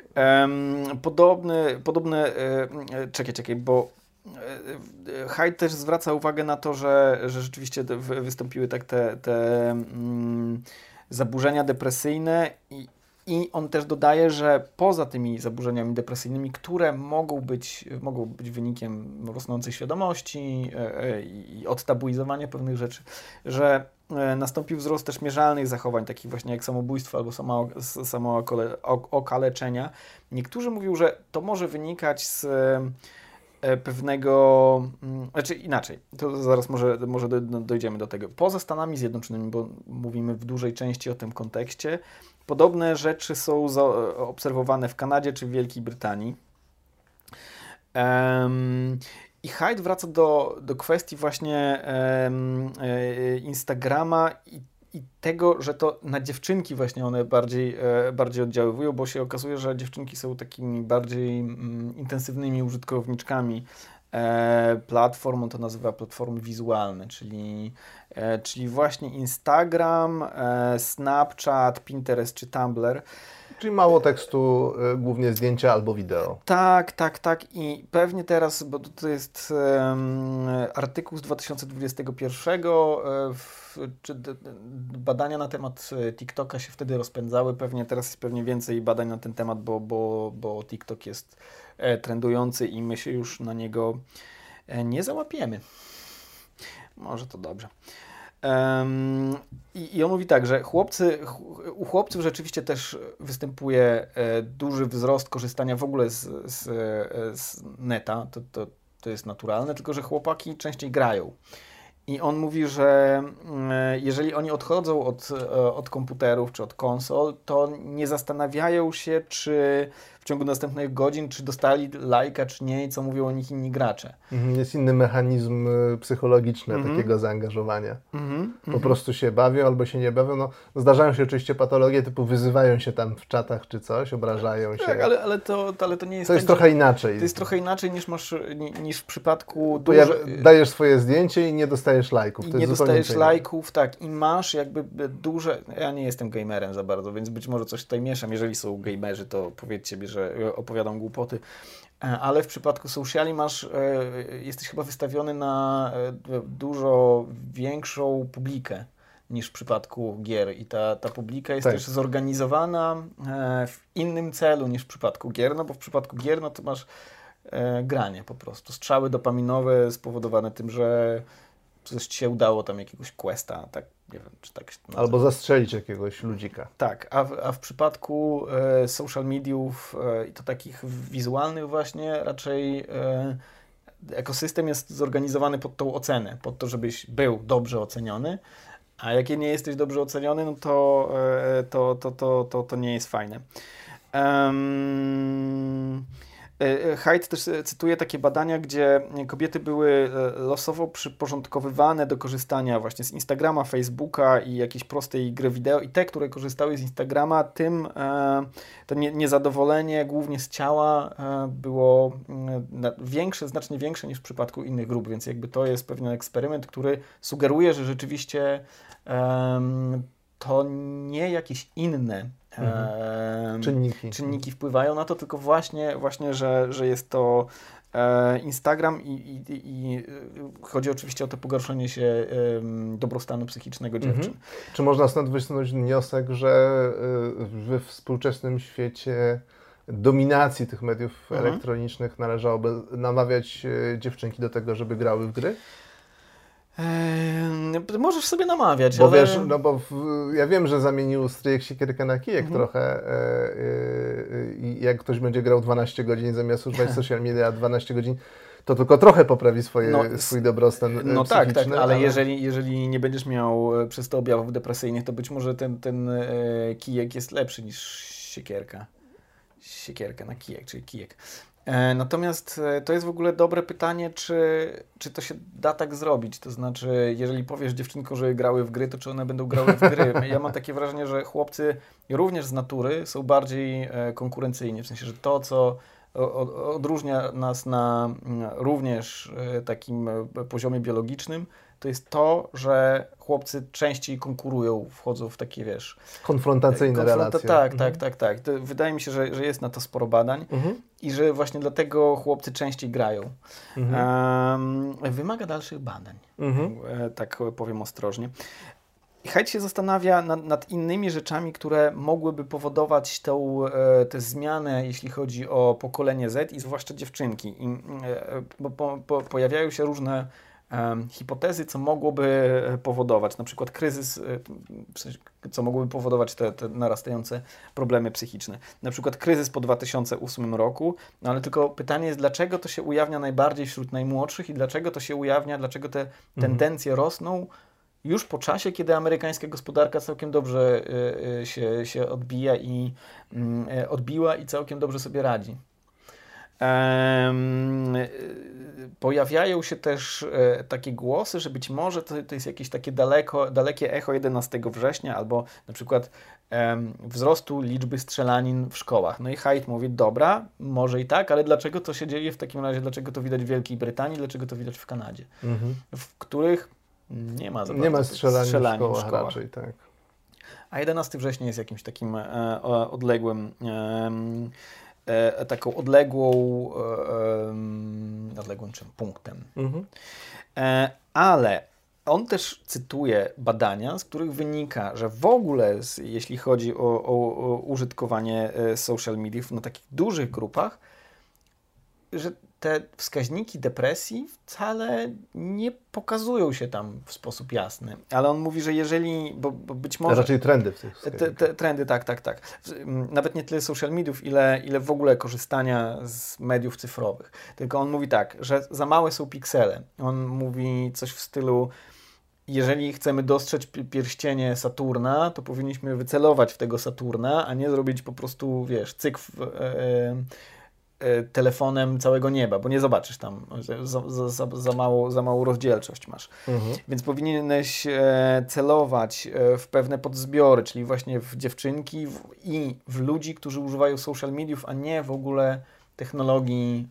Podobne czekaj, bo Haidt też zwraca uwagę na to, że rzeczywiście wystąpiły tak te zaburzenia depresyjne i on też dodaje, że poza tymi zaburzeniami depresyjnymi, które mogą być wynikiem rosnącej świadomości i odtabuizowania pewnych rzeczy, że nastąpił wzrost też mierzalnych zachowań, takich właśnie jak samobójstwo albo samookaleczenia. Niektórzy mówią, że to może wynikać z pewnego, znaczy inaczej, to zaraz może dojdziemy do tego. Poza Stanami Zjednoczonymi, bo mówimy w dużej części o tym kontekście, podobne rzeczy są obserwowane w Kanadzie czy w Wielkiej Brytanii. I Haidt wraca do kwestii właśnie Instagrama i tego, że to na dziewczynki właśnie one bardziej oddziaływują, bo się okazuje, że dziewczynki są takimi bardziej intensywnymi użytkowniczkami platform, on to nazywa platformy wizualne, czyli właśnie Instagram, Snapchat, Pinterest czy Tumblr. Czyli mało tekstu, głównie zdjęcia albo wideo. Tak. I pewnie teraz, bo to jest artykuł z 2021, badania na temat TikToka się wtedy rozpędzały. Teraz jest więcej badań na ten temat, bo TikTok jest trendujący i my się już na niego nie załapiemy. Może to dobrze. I on mówi tak, że u chłopców rzeczywiście też występuje duży wzrost korzystania w ogóle z neta, to jest naturalne, tylko że chłopaki częściej grają. I on mówi, że jeżeli oni odchodzą od komputerów czy od konsol, to nie zastanawiają się, czy w ciągu następnych godzin, czy dostali lajka, czy nie, i co mówią o nich inni gracze. Jest inny mechanizm psychologiczny takiego zaangażowania. Po prostu się bawią albo się nie bawią. No, zdarzają się oczywiście patologie typu wyzywają się tam w czatach czy coś, obrażają się. Tak, ale to nie jest To jest tak, trochę inaczej. To jest trochę inaczej niż w przypadku... Dajesz swoje zdjęcie i nie dostajesz lajków. I nie dostajesz lajków, tak, i masz jakby duże... Ja nie jestem gamerem za bardzo, więc być może coś tutaj mieszam. Jeżeli są gamerzy, to powiedzcie mi, że opowiadam głupoty. Ale w przypadku sociali jesteś chyba wystawiony na dużo większą publikę niż w przypadku gier. I ta publika jest też zorganizowana w innym celu niż w przypadku gier, no bo w przypadku gier no to masz granie po prostu. Strzały dopaminowe spowodowane tym, że coś ci się udało, tam jakiegoś questa, tak, nie wiem, czy tak się to nazywa. Albo zastrzelić jakiegoś ludzika. Tak, a w przypadku social mediów i to takich wizualnych właśnie raczej ekosystem jest zorganizowany pod tą ocenę, pod to, żebyś był dobrze oceniony, a jak nie jesteś dobrze oceniony, no to nie jest fajne. Haidt też cytuje takie badania, gdzie kobiety były losowo przyporządkowywane do korzystania właśnie z Instagrama, Facebooka i jakiejś prostej gry wideo, i te, które korzystały z Instagrama, to niezadowolenie głównie z ciała było większe, znacznie większe niż w przypadku innych grup, więc jakby to jest pewien eksperyment, który sugeruje, że rzeczywiście to nie jakieś inne czynniki wpływają na to, tylko właśnie że jest to Instagram i chodzi oczywiście o to pogorszenie się dobrostanu psychicznego dziewczyn. Czy można stąd wysunąć wniosek, że we współczesnym świecie dominacji tych mediów elektronicznych należałoby namawiać dziewczynki do tego, żeby grały w gry? Możesz sobie namawiać, bo ale... Wiesz, no bo ja wiem, że zamienił stryjek siekierkę na kijek trochę i jak ktoś będzie grał 12 godzin zamiast używać social media 12 godzin, to tylko trochę poprawi swój dobrostan psychiczny. Tak, ale jeżeli nie będziesz miał przez to objawów depresyjnych, to być może ten kijek jest lepszy niż siekierka. Siekierka na kijek, czyli kijek. Natomiast to jest w ogóle dobre pytanie, czy to się da tak zrobić. To znaczy, jeżeli powiesz dziewczynkom, że grały w gry, to czy one będą grały w gry? Ja mam takie wrażenie, że chłopcy również z natury są bardziej konkurencyjni. W sensie, że to, co odróżnia nas na również takim poziomie biologicznym, to jest to, że chłopcy częściej konkurują, wchodzą w takie, wiesz... konfrontacyjne relacje. Tak. To wydaje mi się, że jest na to sporo badań i że właśnie dlatego chłopcy częściej grają. Wymaga dalszych badań, tak powiem ostrożnie. Haidt się zastanawia nad innymi rzeczami, które mogłyby powodować tę zmianę, jeśli chodzi o pokolenie Z i zwłaszcza dziewczynki. Bo pojawiają się różne hipotezy, co mogłoby powodować, na przykład kryzys, co mogłoby powodować te narastające problemy psychiczne. Na przykład kryzys po 2008 roku, no ale tylko pytanie jest, dlaczego to się ujawnia najbardziej wśród najmłodszych i dlaczego to się ujawnia, dlaczego te tendencje rosną już po czasie, kiedy amerykańska gospodarka całkiem dobrze się odbiła i całkiem dobrze sobie radzi. Pojawiają się też takie głosy, że być może to jest jakieś takie dalekie echo 11 września albo na przykład wzrostu liczby strzelanin w szkołach. No i Haidt mówi, dobra, może i tak, ale dlaczego to się dzieje w takim razie, dlaczego to widać w Wielkiej Brytanii, dlaczego to widać w Kanadzie, w których nie ma strzelanin w szkołach raczej, tak. A 11 września jest jakimś takim odległym taką odległą czym? Punktem. Ale on też cytuje badania, z których wynika, że w ogóle jeśli chodzi o użytkowanie social mediów na takich dużych grupach, że te wskaźniki depresji wcale nie pokazują się tam w sposób jasny. Ale on mówi, że jeżeli, bo być może... Raczej trendy w tych trendy, tak. Nawet nie tyle social mediów, ile w ogóle korzystania z mediów cyfrowych. Tylko on mówi tak, że za małe są piksele. On mówi coś w stylu, jeżeli chcemy dostrzec pierścienie Saturna, to powinniśmy wycelować w tego Saturna, a nie zrobić po prostu, wiesz, cyk telefonem całego nieba, bo nie zobaczysz tam, za małą rozdzielczość masz. Więc powinieneś celować w pewne podzbiory, czyli właśnie w dziewczynki i w ludzi, którzy używają social mediów, a nie w ogóle technologii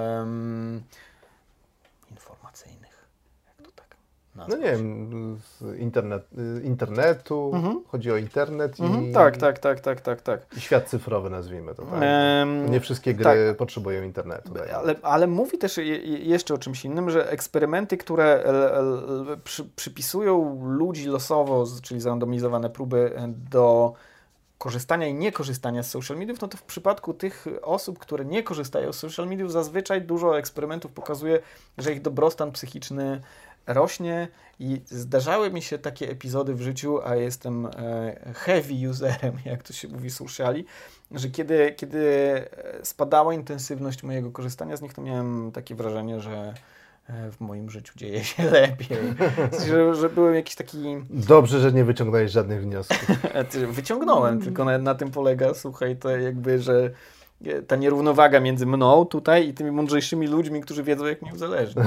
informacyjnych. Jak to tak nazwać? No nie wiem, z internetu, chodzi o internet i... Tak. I świat cyfrowy, nazwijmy to, tak? Nie wszystkie gry potrzebują internetu. Ale mówi też jeszcze o czymś innym, że eksperymenty, które przypisują ludzi losowo, czyli zrandomizowane próby do korzystania i niekorzystania z social mediów, no to w przypadku tych osób, które nie korzystają z social mediów, zazwyczaj dużo eksperymentów pokazuje, że ich dobrostan psychiczny rośnie i zdarzały mi się takie epizody w życiu, a jestem heavy userem, jak to się mówi, sociali, że kiedy spadała intensywność mojego korzystania z nich, to miałem takie wrażenie, że w moim życiu dzieje się lepiej. że byłem jakiś taki... Dobrze, że nie wyciągnąłeś żadnych wniosków. Wyciągnąłem, tylko na tym polega, słuchaj, to jakby, że ta nierównowaga między mną tutaj i tymi mądrzejszymi ludźmi, którzy wiedzą, jak mnie uzależnić.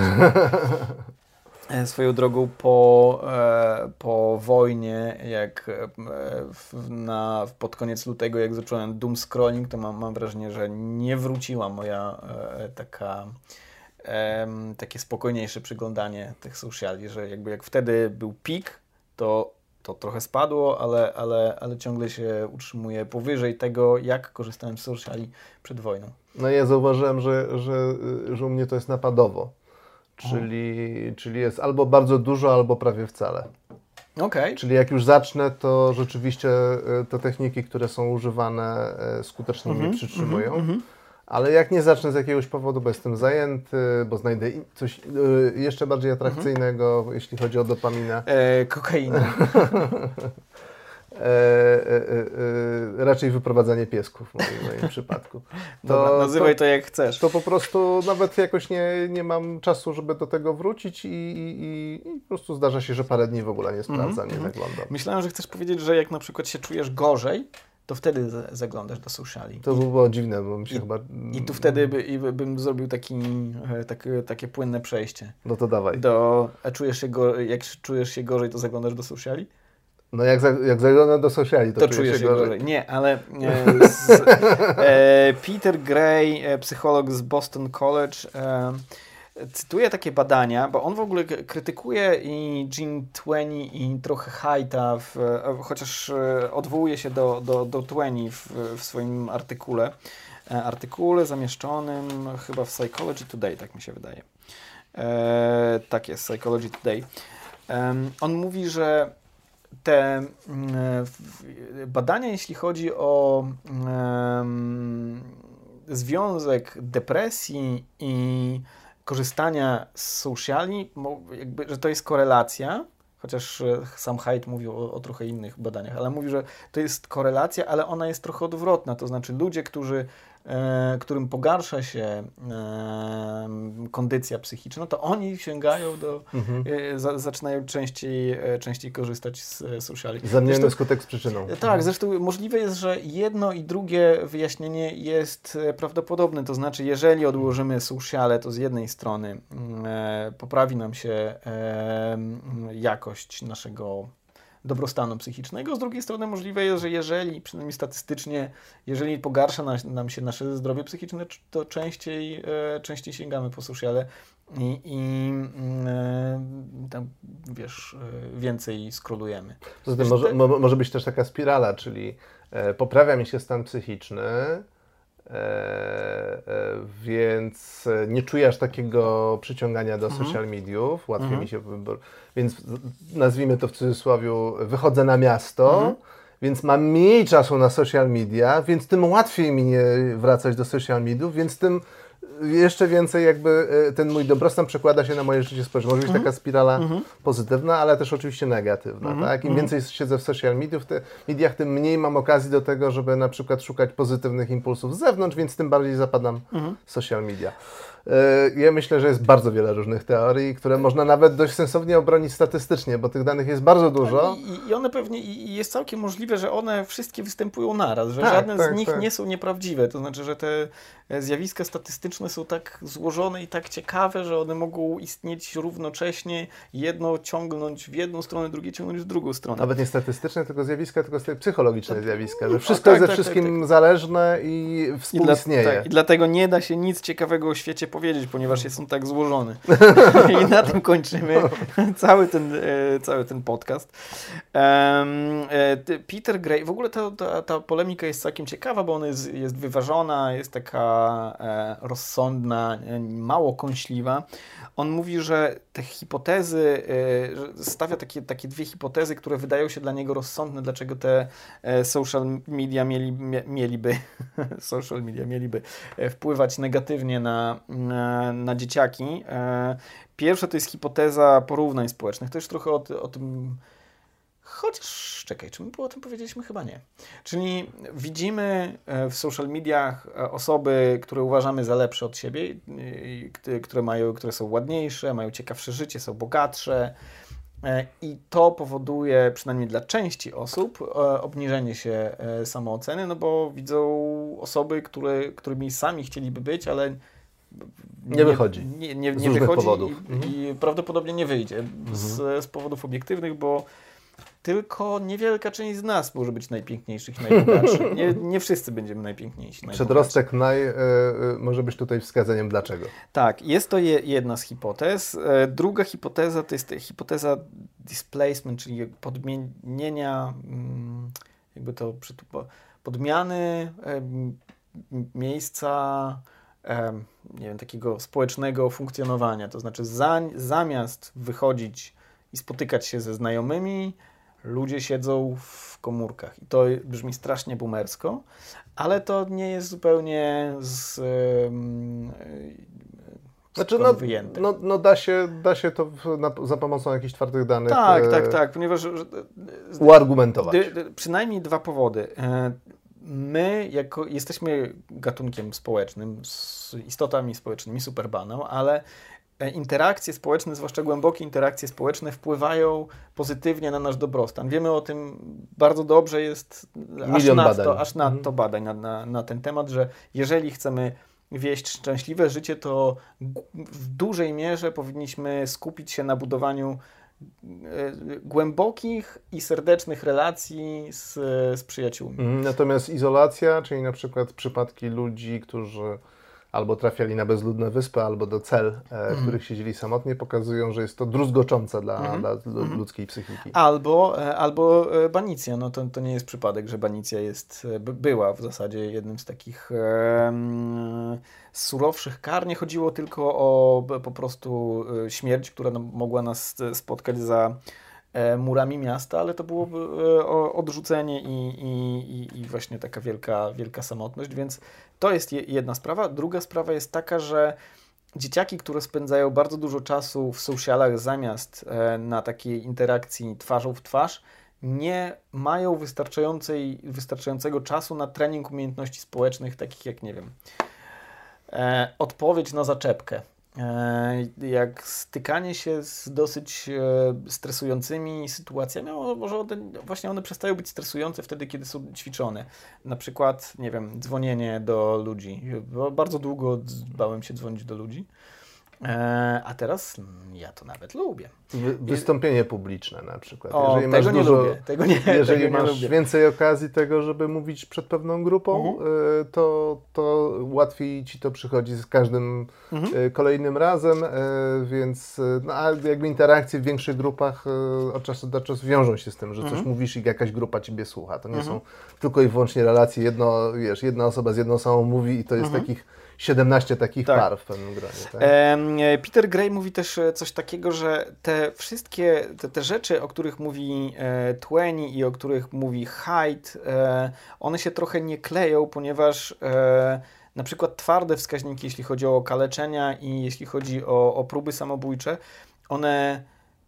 Swoją drogą po wojnie, jak pod koniec lutego, jak zacząłem doom scrolling, to mam wrażenie, że nie wróciła moja takie spokojniejsze przyglądanie tych sociali, że jakby jak wtedy był pik, to trochę spadło, ale ciągle się utrzymuje powyżej tego, jak korzystałem z sociali przed wojną. No ja zauważyłem, że u mnie to jest napadowo. Czyli jest albo bardzo dużo, albo prawie wcale. Okay. Czyli jak już zacznę, to rzeczywiście te techniki, które są używane, skutecznie mnie przytrzymują. Ale jak nie zacznę z jakiegoś powodu, bo jestem zajęty, bo znajdę coś jeszcze bardziej atrakcyjnego, jeśli chodzi o dopaminę. Kokainę. Raczej wyprowadzanie piesków w moim przypadku. Dobra, nazywaj to jak chcesz. To po prostu nawet jakoś nie mam czasu, żeby do tego wrócić i po prostu zdarza się, że parę dni w ogóle nie sprawdzam, nie zaglądam. Myślałem, że chcesz powiedzieć, że jak na przykład się czujesz gorzej, to wtedy zaglądasz do sociali. To by było dziwne, bo mi się chyba... I tu wtedy bym zrobił takie płynne przejście. No to dawaj. Jak czujesz się gorzej, to zaglądasz do sociali? No jak zaglądam do sociali, to czujesz się gorzej. Nie, ale Peter Gray, psycholog z Boston College, cytuje takie badania, bo on w ogóle krytykuje i Gene Tweny i trochę Haidta, chociaż odwołuje się do Tweny w swoim artykule zamieszczonym chyba w Psychology Today, tak mi się wydaje. Tak jest, Psychology Today. On mówi, że te badania, jeśli chodzi o związek depresji i korzystania z sociali, jakby, że to jest korelacja, chociaż sam Haidt mówił o trochę innych badaniach, ale mówi, że to jest korelacja, ale ona jest trochę odwrotna, to znaczy ludzie, którym pogarsza się kondycja psychiczna, to oni sięgają zaczynają częściej korzystać z sociali. Zamienny skutek z przyczyną. Tak, zresztą możliwe jest, że jedno i drugie wyjaśnienie jest prawdopodobne, to znaczy jeżeli odłożymy sociale, to z jednej strony poprawi nam się jakość naszego dobrostanu psychicznego, z drugiej strony możliwe jest, że jeżeli, przynajmniej statystycznie, jeżeli pogarsza nam się nasze zdrowie psychiczne, to częściej sięgamy po sociale i tam, wiesz, więcej scrollujemy. Zatem może być też taka spirala, czyli poprawia mi się stan psychiczny, więc nie czuję aż takiego przyciągania do social mediów, łatwiej mi się wybór. Więc nazwijmy to w cudzysłowie, wychodzę na miasto, więc mam mniej czasu na social media, więc tym łatwiej mi nie wracać do social mediów, więc tym jeszcze więcej jakby ten mój dobrostan przekłada się na moje życie społeczne. Może być taka spirala pozytywna, ale też oczywiście negatywna. Tak? Im więcej siedzę w social mediach, tym mniej mam okazji do tego, żeby na przykład szukać pozytywnych impulsów z zewnątrz, więc tym bardziej zapadam w social media. Ja myślę, że jest bardzo wiele różnych teorii, które można nawet dość sensownie obronić statystycznie, bo tych danych jest bardzo dużo. I one pewnie, i jest całkiem możliwe, że one wszystkie występują naraz, że Tak, żadne tak, z nich tak. nie są nieprawdziwe. To znaczy, że te zjawiska statystyczne są tak złożone i tak ciekawe, że one mogą istnieć równocześnie, jedno ciągnąć w jedną stronę, drugie ciągnąć w drugą stronę. Nawet nie statystyczne, tylko zjawiska, tylko psychologiczne zjawiska, że wszystko jest ze wszystkim zależne i współistnieje. I dlatego nie da się nic ciekawego o świecie powiedzieć, ponieważ są tak złożone. I na tym kończymy cały ten podcast. Peter Gray, w ogóle ta polemika jest całkiem ciekawa, bo ona jest wyważona, jest taka rozsądna, mało kąśliwa. On mówi, że te hipotezy, stawia takie dwie hipotezy, które wydają się dla niego rozsądne, dlaczego te social media mieliby wpływać negatywnie na dzieciaki. Pierwsza to jest hipoteza porównań społecznych. To już trochę o tym... Chociaż, czekaj, czy my o tym powiedzieliśmy? Chyba nie. Czyli widzimy w social mediach osoby, które uważamy za lepsze od siebie, które są ładniejsze, mają ciekawsze życie, są bogatsze i to powoduje, przynajmniej dla części osób, obniżenie się samooceny, no bo widzą osoby, którymi sami chcieliby być, ale nie wychodzi. Nie z różnych wychodzi powodów. I prawdopodobnie nie wyjdzie z powodów obiektywnych, bo tylko niewielka część z nas może być najpiękniejszych i najbogatszych. Nie wszyscy będziemy najpiękniejsi. Przedrostek może być tutaj wskazaniem dlaczego. Tak, jest to jedna z hipotez. Druga hipoteza to jest hipoteza displacement, czyli podmienienia, podmiany miejsca takiego społecznego funkcjonowania. To znaczy zamiast wychodzić i spotykać się ze znajomymi, ludzie siedzą w komórkach. I to brzmi strasznie boomersko, ale to nie jest zupełnie wyjęte. Da się to za pomocą jakichś twardych danych tak, ponieważ uargumentować. Przynajmniej dwa powody. My jesteśmy gatunkiem społecznym, z istotami społecznymi, superbaną, ale interakcje społeczne, zwłaszcza głębokie interakcje społeczne, wpływają pozytywnie na nasz dobrostan. Wiemy o tym bardzo dobrze, jest aż nadto badań na ten temat, że jeżeli chcemy wieść szczęśliwe życie, to w dużej mierze powinniśmy skupić się na budowaniu głębokich i serdecznych relacji z przyjaciółmi. Natomiast izolacja, czyli na przykład przypadki ludzi, którzy albo trafiali na bezludne wyspy, albo do cel, w których siedzieli samotnie, pokazują, że jest to druzgoczące dla ludzkiej psychiki. Albo banicja. No to nie jest przypadek, że banicja była w zasadzie jednym z takich surowszych kar. Nie chodziło tylko o po prostu śmierć, która mogła nas spotkać za murami miasta, ale to było odrzucenie i właśnie taka wielka samotność, więc to jest jedna sprawa. Druga sprawa jest taka, że dzieciaki, które spędzają bardzo dużo czasu w socialach zamiast na takiej interakcji twarzą w twarz, nie mają wystarczającego czasu na trening umiejętności społecznych, takich jak, nie wiem, odpowiedź na zaczepkę. Jak stykanie się z dosyć stresującymi sytuacjami, może one przestają być stresujące wtedy, kiedy są ćwiczone. Na przykład, nie wiem, dzwonienie do ludzi. Bardzo długo bałem się dzwonić do ludzi, a teraz ja to nawet lubię. Wystąpienie publiczne na przykład. Jeżeli masz więcej okazji tego, żeby mówić przed pewną grupą, to łatwiej Ci to przychodzi z każdym kolejnym razem, więc a jakby interakcje w większych grupach od czasu do czasu wiążą się z tym, że coś mówisz i jakaś grupa Ciebie słucha. To nie są tylko i wyłącznie relacje, jedna osoba z jedną samą mówi i to jest takich 17 takich par w pewnym gronie. Tak? Peter Gray mówi też coś takiego, że te wszystkie te rzeczy, o których mówi Twain i o których mówi Haidt, one się trochę nie kleją, ponieważ na przykład twarde wskaźniki, jeśli chodzi o okaleczenia i jeśli chodzi o próby samobójcze, one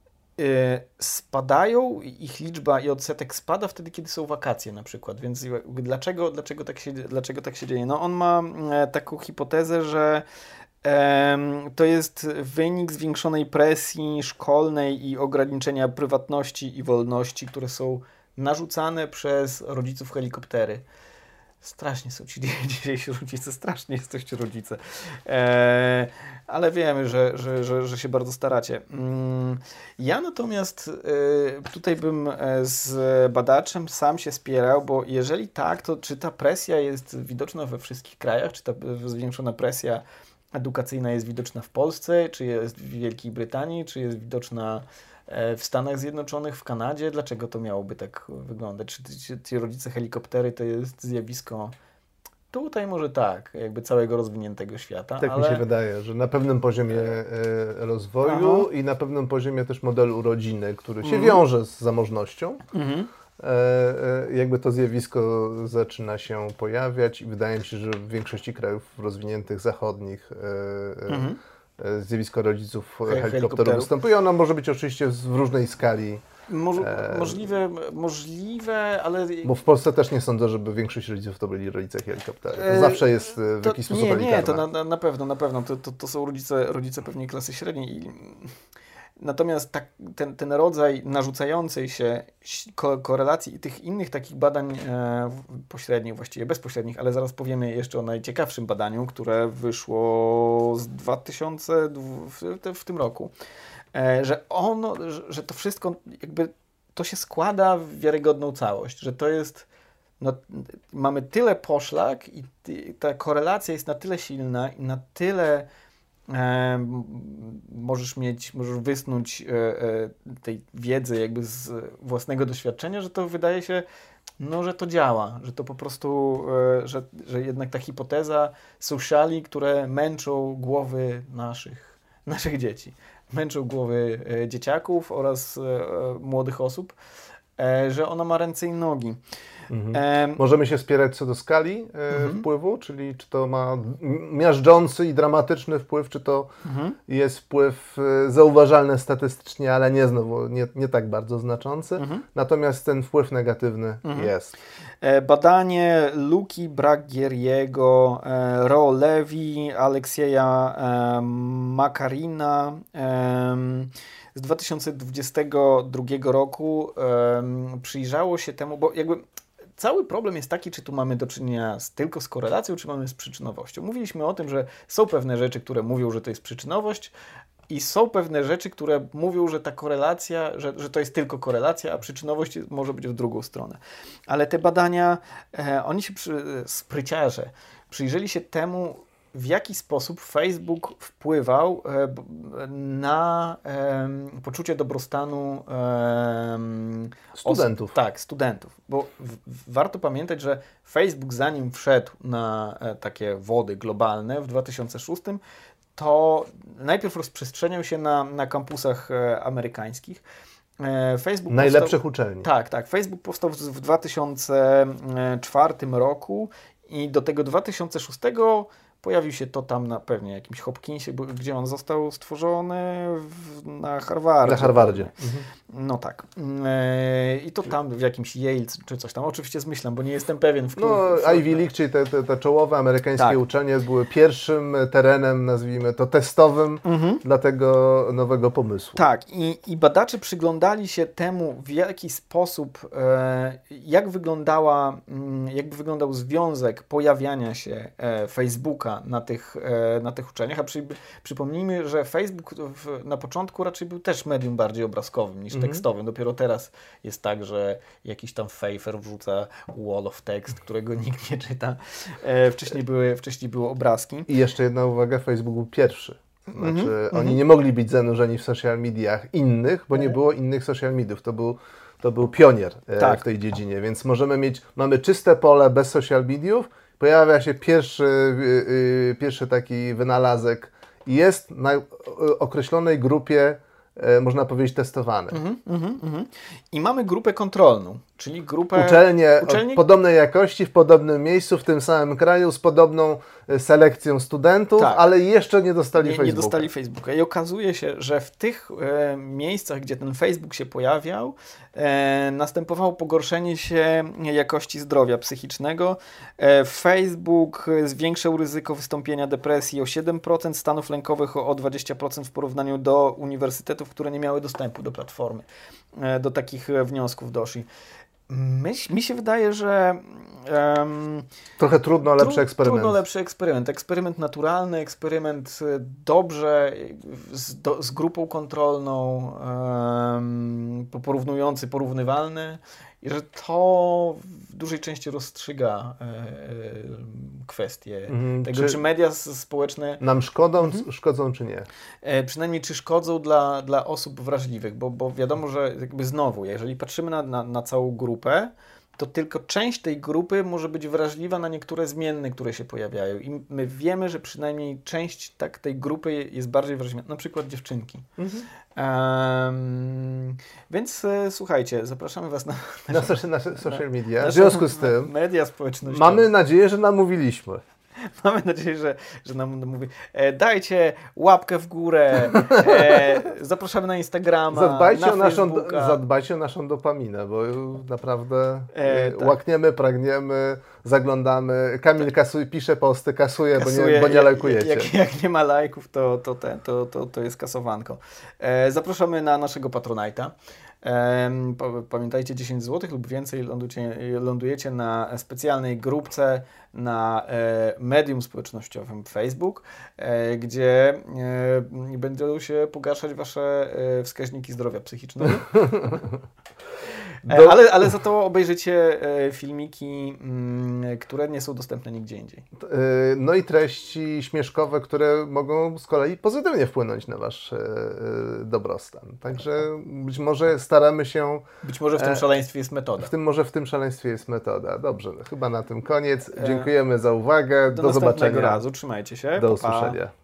spadają, ich liczba i odsetek spada wtedy, kiedy są wakacje na przykład. Więc dlaczego tak się dzieje? No on ma taką hipotezę, że To jest wynik zwiększonej presji szkolnej i ograniczenia prywatności i wolności, które są narzucane przez rodziców helikoptery. Strasznie są ci dzisiejsi rodzice, strasznie jesteście rodzice. Ale wiemy, że się bardzo staracie. Ja natomiast tutaj bym z badaczem sam się spierał, bo jeżeli tak, to czy ta presja jest widoczna we wszystkich krajach, czy ta zwiększona presja edukacyjna jest widoczna w Polsce, czy jest w Wielkiej Brytanii, czy jest widoczna w Stanach Zjednoczonych, w Kanadzie? Dlaczego to miałoby tak wyglądać? Czy ci rodzice helikoptery to jest zjawisko tutaj może tak, jakby całego rozwiniętego świata? Tak mi się wydaje, że na pewnym poziomie rozwoju i na pewnym poziomie też modelu rodziny, który się wiąże z zamożnością, jakby to zjawisko zaczyna się pojawiać i wydaje mi się, że w większości krajów rozwiniętych, zachodnich zjawisko rodziców helikopterów występuje. Ono może być oczywiście w różnej skali. Możliwe, ale... Bo w Polsce też nie sądzę, żeby większość rodziców to byli rodzice helikoptery. To zawsze jest w jakiś sposób elitarne. Nie, to na pewno. To są rodzice pewnej klasy średniej. Natomiast ten rodzaj narzucającej się korelacji i tych innych takich badań pośrednich, właściwie bezpośrednich, ale zaraz powiemy jeszcze o najciekawszym badaniu, które wyszło w tym roku, że to wszystko jakby to się składa w wiarygodną całość, że to jest, mamy tyle poszlak i ta korelacja jest na tyle silna i na tyle możesz wysnuć tej wiedzy jakby z własnego doświadczenia, że to wydaje się, że to działa, że to po prostu, że jednak ta hipoteza sociali, które męczą głowy naszych dzieci, męczą głowy dzieciaków oraz młodych osób, że ona ma ręce i nogi. Możemy się spierać co do skali wpływu, czyli czy to ma miażdżący i dramatyczny wpływ, czy to jest wpływ zauważalny statystycznie, ale nie tak bardzo znaczący. Natomiast ten wpływ negatywny jest. Badanie Luki Bragieriego, Ro Levi, Aleksieja Makarina z 2022 roku przyjrzało się temu, bo jakby cały problem jest taki, czy tu mamy do czynienia tylko z korelacją, czy mamy z przyczynowością. Mówiliśmy o tym, że są pewne rzeczy, które mówią, że to jest przyczynowość i są pewne rzeczy, które mówią, że ta korelacja, że to jest tylko korelacja, a przyczynowość może być w drugą stronę. Ale te badania, oni się spryciarze przyjrzeli się temu, w jaki sposób Facebook wpływał na poczucie dobrostanu studentów. Tak, studentów. Bo warto pamiętać, że Facebook zanim wszedł na takie wody globalne w 2006, to najpierw rozprzestrzeniał się na kampusach amerykańskich. Najlepszych uczelni. Tak. Facebook powstał w 2004 roku i do tego 2006 pojawił się to tam na pewnie jakimś Hopkinsie, gdzie on został stworzony na Harvardzie. Na Harvardzie. No tak. I to tam w jakimś Yale czy coś tam. Oczywiście zmyślam, bo nie jestem pewien. Ivy League, czyli te czołowe amerykańskie uczelnie były pierwszym terenem, nazwijmy to testowym dla tego nowego pomysłu. Tak. I badacze przyglądali się temu, w jaki sposób, jak wyglądał związek pojawiania się Facebooka na tych uczelniach, a przypomnijmy, że Facebook na początku raczej był też medium bardziej obrazkowym niż tekstowym. Dopiero teraz jest tak, że jakiś tam fejfer wrzuca wall of text, którego nikt nie czyta. Wcześniej były obrazki. I jeszcze jedna uwaga, Facebook był pierwszy. Znaczy, oni nie mogli być zanurzeni w social mediach innych, bo nie było innych social mediów. To był pionier w tej dziedzinie, więc mamy czyste pole bez social mediów. Pojawia się pierwszy taki wynalazek i jest na określonej grupie, można powiedzieć, testowany. I mamy grupę kontrolną, czyli grupę... Uczelnie podobnej jakości, w podobnym miejscu, w tym samym kraju, z podobną selekcją studentów, tak, ale jeszcze nie dostali Facebooka. Nie dostali Facebooka. I okazuje się, że w tych miejscach, gdzie ten Facebook się pojawiał, następowało pogorszenie się jakości zdrowia psychicznego. Facebook zwiększył ryzyko wystąpienia depresji o 7%, stanów lękowych o 20% w porównaniu do uniwersytetów, które nie miały dostępu do platformy. Do takich wniosków doszli. Mi się wydaje, że... trochę trudno lepszy eksperyment. Trudno lepszy eksperyment. Eksperyment naturalny, eksperyment dobrze z grupą kontrolną, porównywalny i że to w dużej części rozstrzyga kwestię tego, czy media społeczne... Nam szkodzą czy nie? Przynajmniej czy szkodzą dla osób wrażliwych, bo wiadomo, że jakby znowu, jeżeli patrzymy na całą grupę, to tylko część tej grupy może być wrażliwa na niektóre zmienne, które się pojawiają. I my wiemy, że przynajmniej część tej grupy jest bardziej wrażliwa, na przykład dziewczynki. Więc słuchajcie, zapraszamy Was na social media. W związku z tym media społecznościowe. Mamy nadzieję, że namówiliśmy. Mamy nadzieję, że nam mówi. Dajcie łapkę w górę, zapraszamy na Instagrama, na Facebooka. Zadbajcie o naszą dopaminę, bo naprawdę łakniemy, pragniemy, zaglądamy. Kamil pisze posty, kasuje, bo nie lajkujecie. Jak nie ma lajków, to jest kasowanko. Zapraszamy na naszego Patronite'a. Pamiętajcie, 10 zł lub więcej lądujecie na specjalnej grupce na medium społecznościowym Facebook, gdzie będą się pogarszać Wasze wskaźniki zdrowia psychicznego. Ale za to obejrzycie filmiki, które nie są dostępne nigdzie indziej. No i treści śmieszkowe, które mogą z kolei pozytywnie wpłynąć na Wasz dobrostan. Także być może staramy się... Być może w tym szaleństwie jest metoda. W tym szaleństwie jest metoda. Dobrze, chyba na tym koniec. Dziękujemy za uwagę. Do zobaczenia. Razu. Trzymajcie się. Do usłyszenia.